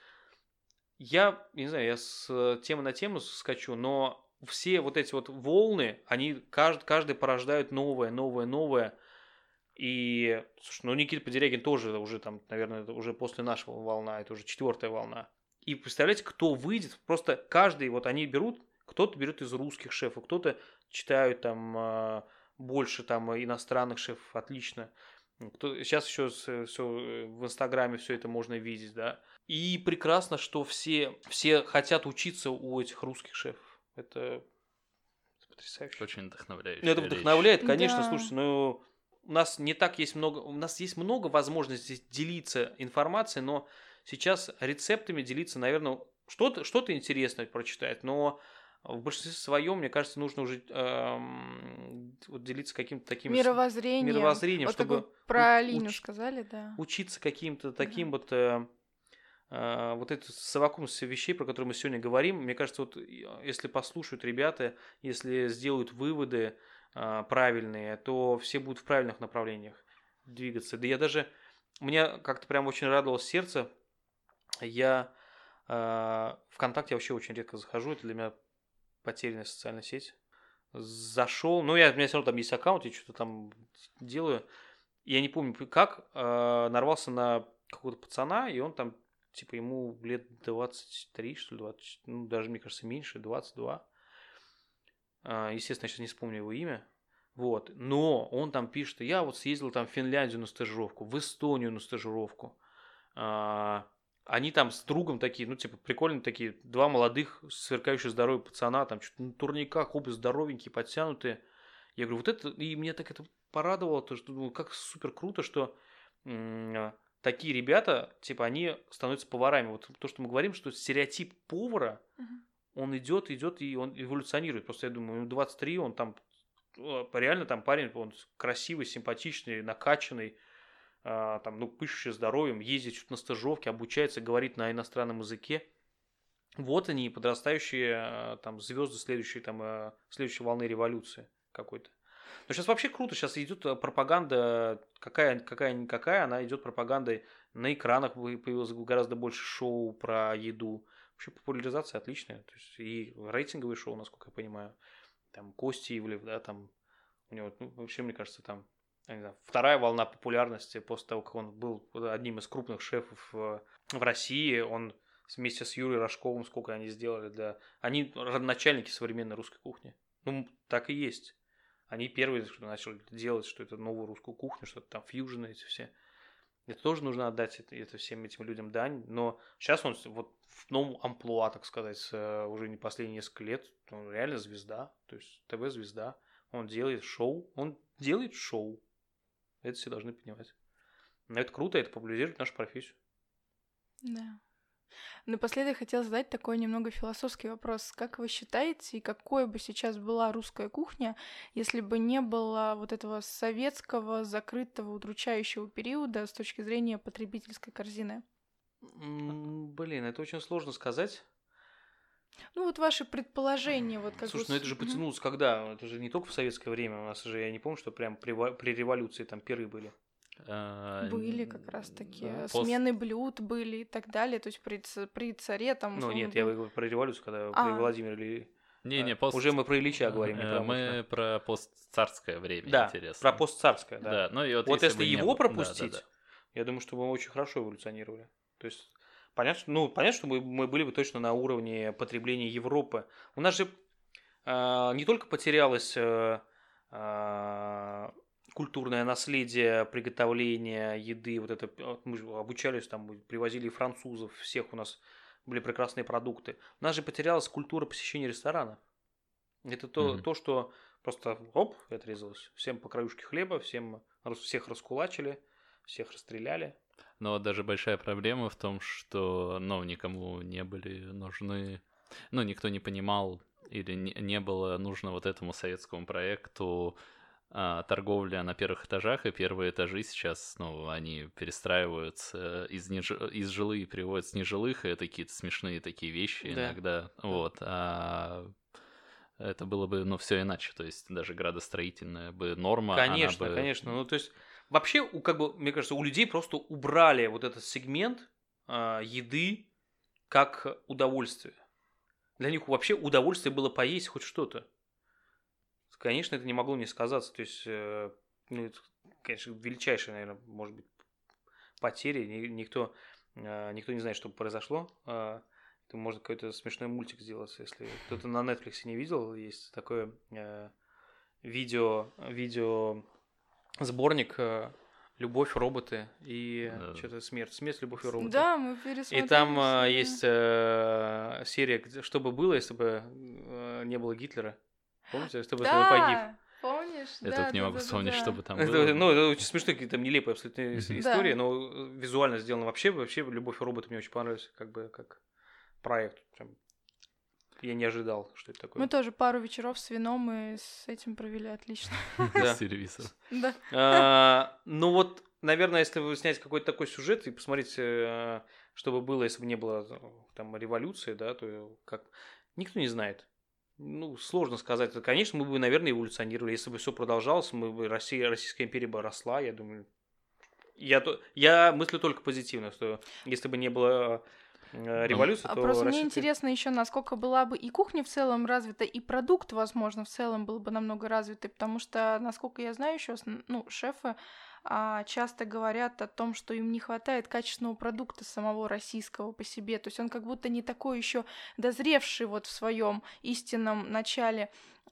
я, не знаю, я с темы на тему скачу, но все вот эти вот волны, они каждый, каждый порождают новое, новое, новое. И, слушай, ну Никита Подерягин тоже уже там, наверное, это уже после нашего волна, это уже четвертая волна. И представляете, кто выйдет, просто каждый, вот они берут, кто-то берет из русских шефов, кто-то читают там больше там иностранных шефов, отлично. Кто, сейчас еще все, все в Инстаграме все это можно видеть, да. И прекрасно, что все, все хотят учиться у этих русских шефов. Это потрясающе. Очень вдохновляюще. Это вдохновляет, речь. конечно, Да. слушайте, но у нас не так есть много, у нас есть много возможностей делиться информацией, но сейчас рецептами делиться, наверное, что-то, что-то интересное прочитать, но в большинстве своем, мне кажется, нужно уже эм, вот делиться каким-то таким Мировоззрением. мировоззрением, вот чтобы как про Алину уч- сказали, да. учиться каким-то таким Да. вот э, э, вот этой совокупности вещей, про которые мы сегодня говорим. Мне кажется, вот если послушают ребята, если сделают выводы э, правильные, то все будут в правильных направлениях двигаться. Да я даже, мне как-то прям очень радовалось сердце. Я э, ВКонтакте вообще очень редко захожу, это для меня потерянная социальная сеть. Зашел, ну я, у меня все равно там есть аккаунт, я что-то там делаю. Я не помню как, э, нарвался на какого-то пацана, и он там, типа, ему лет двадцать три, что ли, двадцать, ну даже, мне кажется, меньше, двадцать два. Э, естественно, я сейчас не вспомню его имя. Вот, но он там пишет, я вот съездил там в Финляндию на стажировку, в Эстонию на стажировку. Э, Они там с другом такие, ну, типа, прикольные такие, два молодых, сверкающих здоровья пацана, там, что-то на турниках, оба здоровенькие, подтянутые. Я говорю, вот это, и мне так это порадовало, то, что, ну, как супер круто, что м- такие ребята, типа, они становятся поварами. Вот то, что мы говорим, что стереотип повара, Мгм. он идет, идет, и он эволюционирует. Просто я думаю, ему двадцать три, он там, реально там парень, он красивый, симпатичный, накачанный, там, ну, пышущий здоровьем, ездит что-то на стажировке, обучается, говорит на иностранном языке. Вот они, подрастающие там звезды следующей, там, следующей волны революции какой-то. Но сейчас вообще круто, сейчас идет пропаганда, какая, какая-никакая, она идет пропагандой, на экранах появилось гораздо больше шоу про еду. Вообще популяризация отличная, то есть и рейтинговые шоу, насколько я понимаю, там Костя Ивлев, да, там у него, ну, вообще, мне кажется, там не знаю, вторая волна популярности после того, как он был одним из крупных шефов в России, он вместе с Юрой Рожковым, сколько они сделали для... Они родоначальники современной русской кухни. Ну, так и есть. Они первые, что начали делать, что это новую русскую кухню, что-то там фьюжены эти все. Это тоже нужно отдать это, это всем этим людям дань. Но сейчас он вот в новом амплуа, так сказать, уже не последние несколько лет, он реально звезда, то есть ТВ-звезда. Он делает шоу, он делает шоу. Это все должны понимать. Но это круто, это популяризирует нашу профессию. Да. Напоследок хотела задать такой немного философский вопрос. Как вы считаете, какой бы сейчас была русская кухня, если бы не было вот этого советского, закрытого, удручающего периода с точки зрения потребительской корзины? Блин, это очень сложно сказать. Ну вот ваши предположения, вот как Слушай, бы... ну это же Мгм. потянулось когда? Это же не только в советское время. У нас же, я не помню, что прям при, во- при революции там пиры были. А, Были н- как раз-таки да, пост- смены блюд были и так далее. То есть при, ц- при царе там Ну условно нет, я был... говорю про революцию, когда при А, Владимире Ильи- Не-не, э, пост... Уже мы про Ильича говорим, не э, про Мухина. Мы про постцарское время, Да, интересно. про постцарское, да. Да, ну и вот, Вот если, если бы не его было- пропустить, Да, да, я думаю, что мы очень хорошо эволюционировали. То есть понятно, что- ну, понятно, что мы, мы были бы точно на уровне потребления Европы. У нас же а, не только потерялось э, а, культурное наследие приготовления еды, вот это э, мы же обучались там, мы привозили французов, всех у нас были прекрасные продукты. У нас же потерялась культура посещения ресторанов. Это то, Мгм. то, что просто оп, и отрезалось. Всем по краюшке хлеба, всем, рас- всех раскулачили, всех расстреляли. Но вот даже большая проблема в том, что, ну, никому не были нужны, ну, никто не понимал или не, не было нужно вот этому советскому проекту а, торговля на первых этажах, и первые этажи сейчас, ну, они перестраиваются из, неж... из жилых переводят с нежилых, и это какие-то смешные такие вещи Да. иногда, вот, а это было бы, ну, все иначе, то есть даже градостроительная бы норма, Конечно, она бы... конечно. Ну, то есть, вообще, у, как бы, мне кажется, у людей просто убрали вот этот сегмент а, еды как удовольствие. Для них вообще удовольствие было поесть хоть что-то. Конечно, это не могло не сказаться. То есть, э, ну, это, конечно, величайшая, наверное, может быть, потеря. Ни- Никто, э, никто не знает, что произошло. А, это можно какой-то смешной мультик сделать, если кто-то на Netflix не видел. Есть такое э, видео, видео сборник э, «Любовь, роботы» и э, что-то «Смерть». «Смерть, любовь и роботы». да, мы И пересмотрели. там всё, э, да. есть э, серия, где- что бы было, если бы э, не было Гитлера. Помните, если бы он погиб? Да, помнишь? Я да, только не да, могу да, вспомнить, да, что да. бы там Это, было. ну, это очень смешно, какие-то нелепые абсолютно ис- Мгм. истории, Да. но э, визуально сделано вообще, вообще «Любовь и роботы» мне очень понравился, как бы, как проект. Прям я не ожидал, что это такое. Мы тоже пару вечеров с вином и с этим провели отлично. Да. С телевизора. Да. А, Ну вот, наверное, если вы снять какой-то такой сюжет и посмотреть, э, что бы было, если бы не было э, там революции, да, то как никто не знает. Ну, сложно сказать. Конечно, мы бы, наверное, эволюционировали. Если бы все продолжалось, мы бы Россия, Российская империя бы росла, я думаю. Я, то, я мыслю только позитивно, что если бы не было э, революции, А то просто мне Российская- интересно еще, насколько была бы и кухня в целом развита, и продукт, возможно, в целом был бы намного развитый, потому что, насколько я знаю, еще, ну, шефы а, часто говорят о том, что им не хватает качественного продукта самого российского по себе, то есть он как будто не такой еще дозревший вот в своем истинном начале.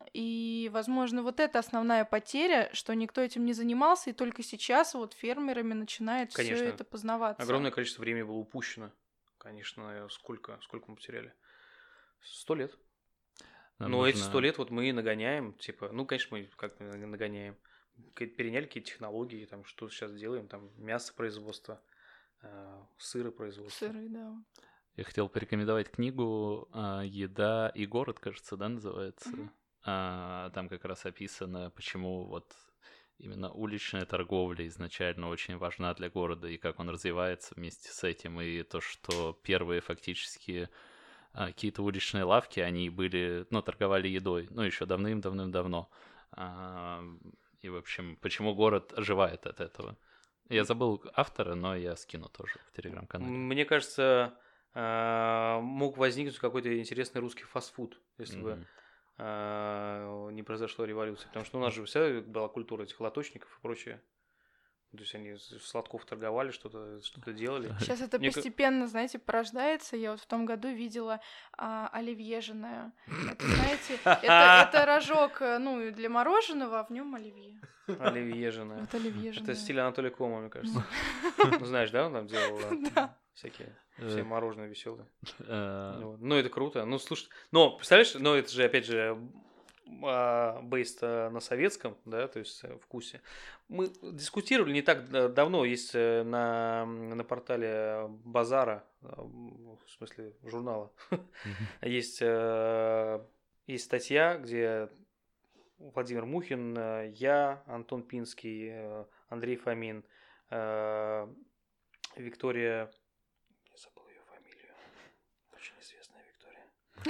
И, возможно, вот это основная потеря, что никто этим не занимался, и только сейчас вот фермерами начинает все Конечно. это познаваться. огромное количество времени было упущено. Конечно, сколько, сколько мы потеряли? Сто лет. Нам Но эти нужно- сто лет вот мы нагоняем, типа, ну, конечно, мы как нагоняем. Какие-то переняли какие-то технологии, там, что сейчас делаем, там, мясо производства, э, сыра производства. Сыры, да. Я хотел порекомендовать книгу а, «Еда и город», кажется, да, называется. Мгм. А, там как раз описано, почему вот именно уличная торговля изначально очень важна для города, и как он развивается вместе с этим, и то, что первые фактически а, какие-то уличные лавки, они были, ну, торговали едой, ну, еще давным-давным-давно. А, и, в общем, почему город оживает от этого. Я забыл автора, но я скину тоже в телеграм-канале. Мне кажется, э, мог возникнуть какой-то интересный русский фастфуд, если бы Мгм. э, не произошла революция. Потому что у нас же вся была культура этих лоточников и прочее. То есть они с сладков торговали, что-то что делали. Сейчас это Мне ка- постепенно, знаете, порождается. Я вот в том году видела а, оливьежное. Это, знаете, это, это рожок, э, ну, и для мороженого, а в нем оливье. Оливьежиное. Вот оливьежное. Это стиль Анатолия Кома, мне кажется. Ну, знаешь, да, он там делал э, Да. всякие все Э, мороженые веселые. э, Вот. Ну, это круто. Ну, слушай, но, представляешь, ну, это же, опять же, бейст на советском, да, то есть э, вкусе. Мы дискутировали не так да- давно, есть э, на, на портале Базара, э, в смысле журнала, мгм. есть, э, есть статья, где Владимир Мухин, э, я, Антон Пинский, э, Андрей Фомин, э, Виктория, я забыл ее фамилию, очень известная Виктория.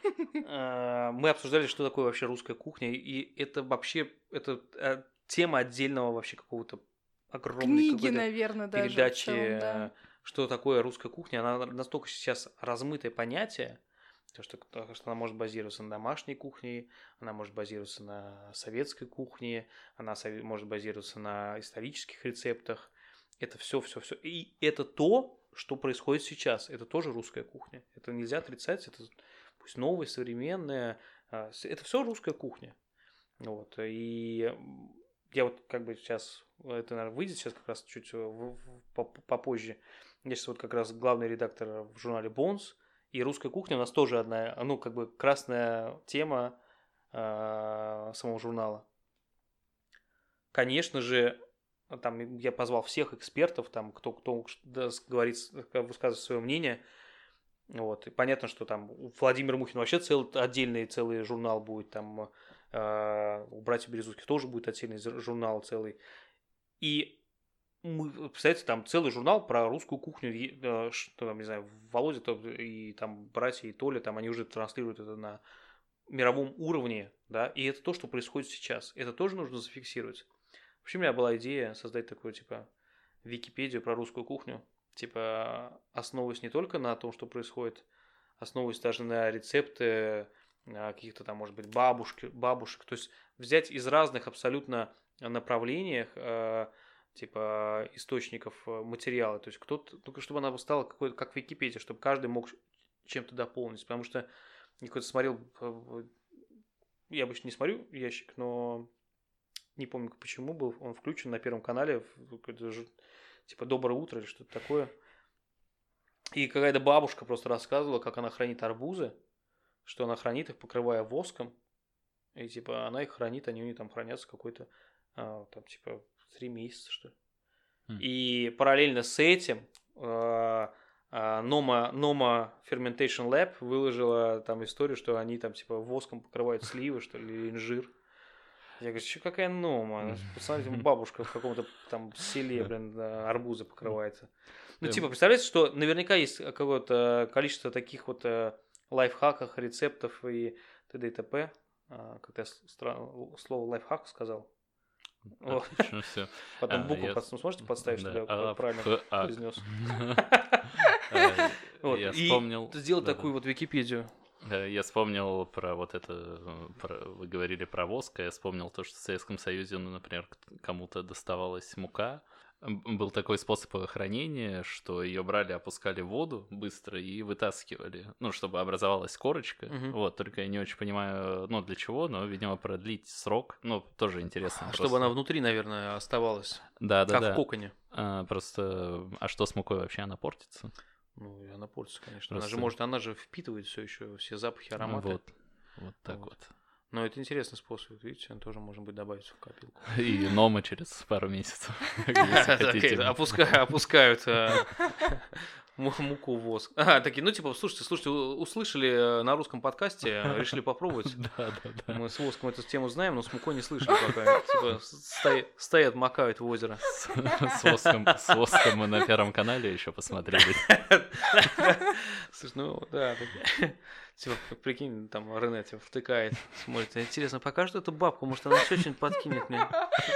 мы обсуждали, что такое вообще русская кухня, и это вообще, это тема отдельного вообще какого-то огромной Книги, какой-то наверное, даже. передачи, в целом, да. что такое русская кухня. Она настолько сейчас размытое понятие, то, что, что она может базироваться на домашней кухне, она может базироваться на советской кухне, она может базироваться на исторических рецептах. Это все, все, все. И это то, что происходит сейчас. Это тоже русская кухня. Это нельзя отрицать. Это пусть новая, современная. Это все русская кухня. Вот. И я вот как бы сейчас, это, наверное, выйдет сейчас как раз чуть попозже. Я сейчас вот как раз главный редактор в журнале Bones. И русская кухня у нас тоже одна, ну, как бы красная тема э, самого журнала. Конечно же, там я позвал всех экспертов, там, кто, кто говорит, высказывает свое мнение. Вот. И понятно, что там у Владимира Мухина вообще целый, отдельный целый журнал будет, там э, у братьев Березутских тоже будет отдельный журнал целый. И мы, представляете, там целый журнал про русскую кухню, что там, не знаю, Володя и там братья и Толя, там они уже транслируют это на мировом уровне, да, и это то, что происходит сейчас. Это тоже нужно зафиксировать. Вообще у меня была идея создать такую, типа, Википедию про русскую кухню, типа, основываясь не только на том, что происходит, основываясь даже на рецепты каких-то там, может быть, бабушки, бабушек, то есть взять из разных абсолютно направлениях типа источников материала, то есть кто-то, только чтобы она стала какой-то, как Википедия, чтобы каждый мог чем-то дополнить, потому что я какой-то смотрел, я обычно не смотрю ящик, но не помню почему был, он включен на Первом канале, типа «Доброе утро» или что-то такое, и какая-то бабушка просто рассказывала, как она хранит арбузы, что она хранит их, покрывая воском, и типа она их хранит, они у нее там хранятся какой-то, а, там типа три месяца, что ли. Mm. И параллельно с этим uh, uh, Noma, Noma Fermentation Lab выложила там историю, что они там типа воском покрывают сливы, что ли, или инжир. Я говорю, что какая Нома? Посмотрите, бабушка в каком-то там селе, блин, арбузы покрывается. Ну, типа, представляете, что наверняка есть какое-то количество таких вот лайфхаков, рецептов и т.д. и т.п. Как я слово лайфхак сказал. Отлично, все. Потом а, букву я... под... сможете подставить, чтобы я а, правильно а... произнес. Я вспомнил. И сделать такую вот Википедию. Я вспомнил про вот это, про, вы говорили про воск, я вспомнил то, что в Советском Союзе, ну, например, кому-то доставалась мука. Был такой способ хранения, что ее брали, опускали в воду быстро и вытаскивали, ну, чтобы образовалась корочка. Uh-huh. Вот, только я не очень понимаю, ну, для чего, но, видимо, продлить срок, ну, тоже интересно. Чтобы просто. Она внутри, наверное, оставалась. Да, да, как да. в коконе. А, просто, а что с мукой вообще, она портится? Ну, и она портится, конечно. Просто... Она же может, она же впитывает все еще, все запахи, ароматы. Вот, вот так вот. вот. Но это интересный способ, видите, он тоже может быть добавить в копилку. И Нома через пару месяцев. Опускают муку в воск. А, такие, ну, типа, слушайте, слушайте, услышали на русском подкасте, решили попробовать. Да, да, да. Мы с воском эту тему знаем, но с мукой не слышали пока. Типа, стоят, макают в озеро. С воском, с воском мы на Первом канале еще посмотрели. Слушай, ну, да, типа, прикинь, там Рене типа, втыкает, смотрит. Интересно, покажет эту бабку, может, она еще что-нибудь подкинет мне.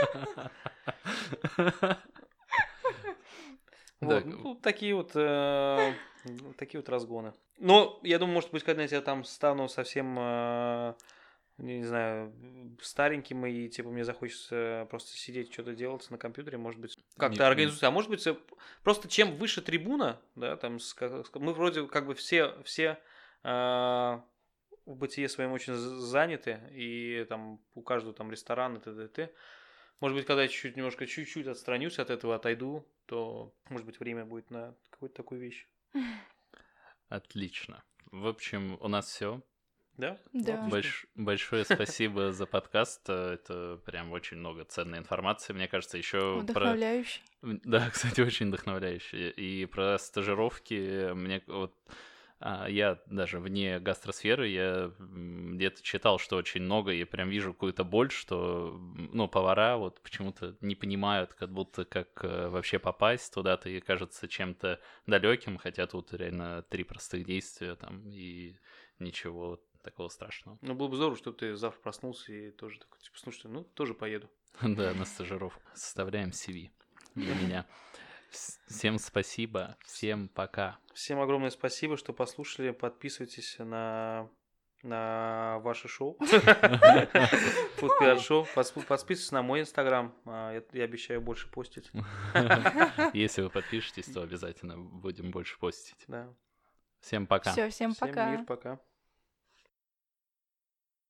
Вот, ну, такие вот э, такие вот разгоны. Но я думаю, может быть, когда я там стану совсем, э, не знаю, стареньким и типа мне захочется просто сидеть что-то делать на компьютере, может быть, как-то организуется. А может быть, просто чем выше трибуна, да, там мы вроде как бы все все э, в бытие своем очень заняты и там у каждого там ресторан и т.д. и т.п. Может быть, когда я чуть-чуть, немножко чуть-чуть отстранюсь от этого, отойду, то, может быть, время будет на какую-то такую вещь. Отлично. В общем, у нас все. Да? Да. Больш... Большое спасибо за подкаст. Это прям очень много ценной информации. Мне кажется, еще вдохновляющий. Про... Да, кстати, очень вдохновляющий. И про стажировки мне вот... Я даже вне гастросферы, я где-то читал, что очень много, и прям вижу какую-то боль, что, ну, повара вот почему-то не понимают, как будто как вообще попасть туда-то, и кажется чем-то далеким, хотя тут реально три простых действия там, и ничего такого страшного. Ну, было бы здорово, чтобы ты завтра проснулся и тоже такой, типа, слушай, ну, тоже поеду. Да, на стажировку. Составляем си ви для меня. Всем спасибо, всем пока. Всем огромное спасибо, что послушали. Подписывайтесь на, на ваше шоу. Фуд-пиар-шоу. Подписывайтесь на мой инстаграм. Я, я обещаю больше постить. Если вы подпишетесь, то обязательно будем больше постить. Да. Всем пока. Все, всем Всем пока. мир, пока.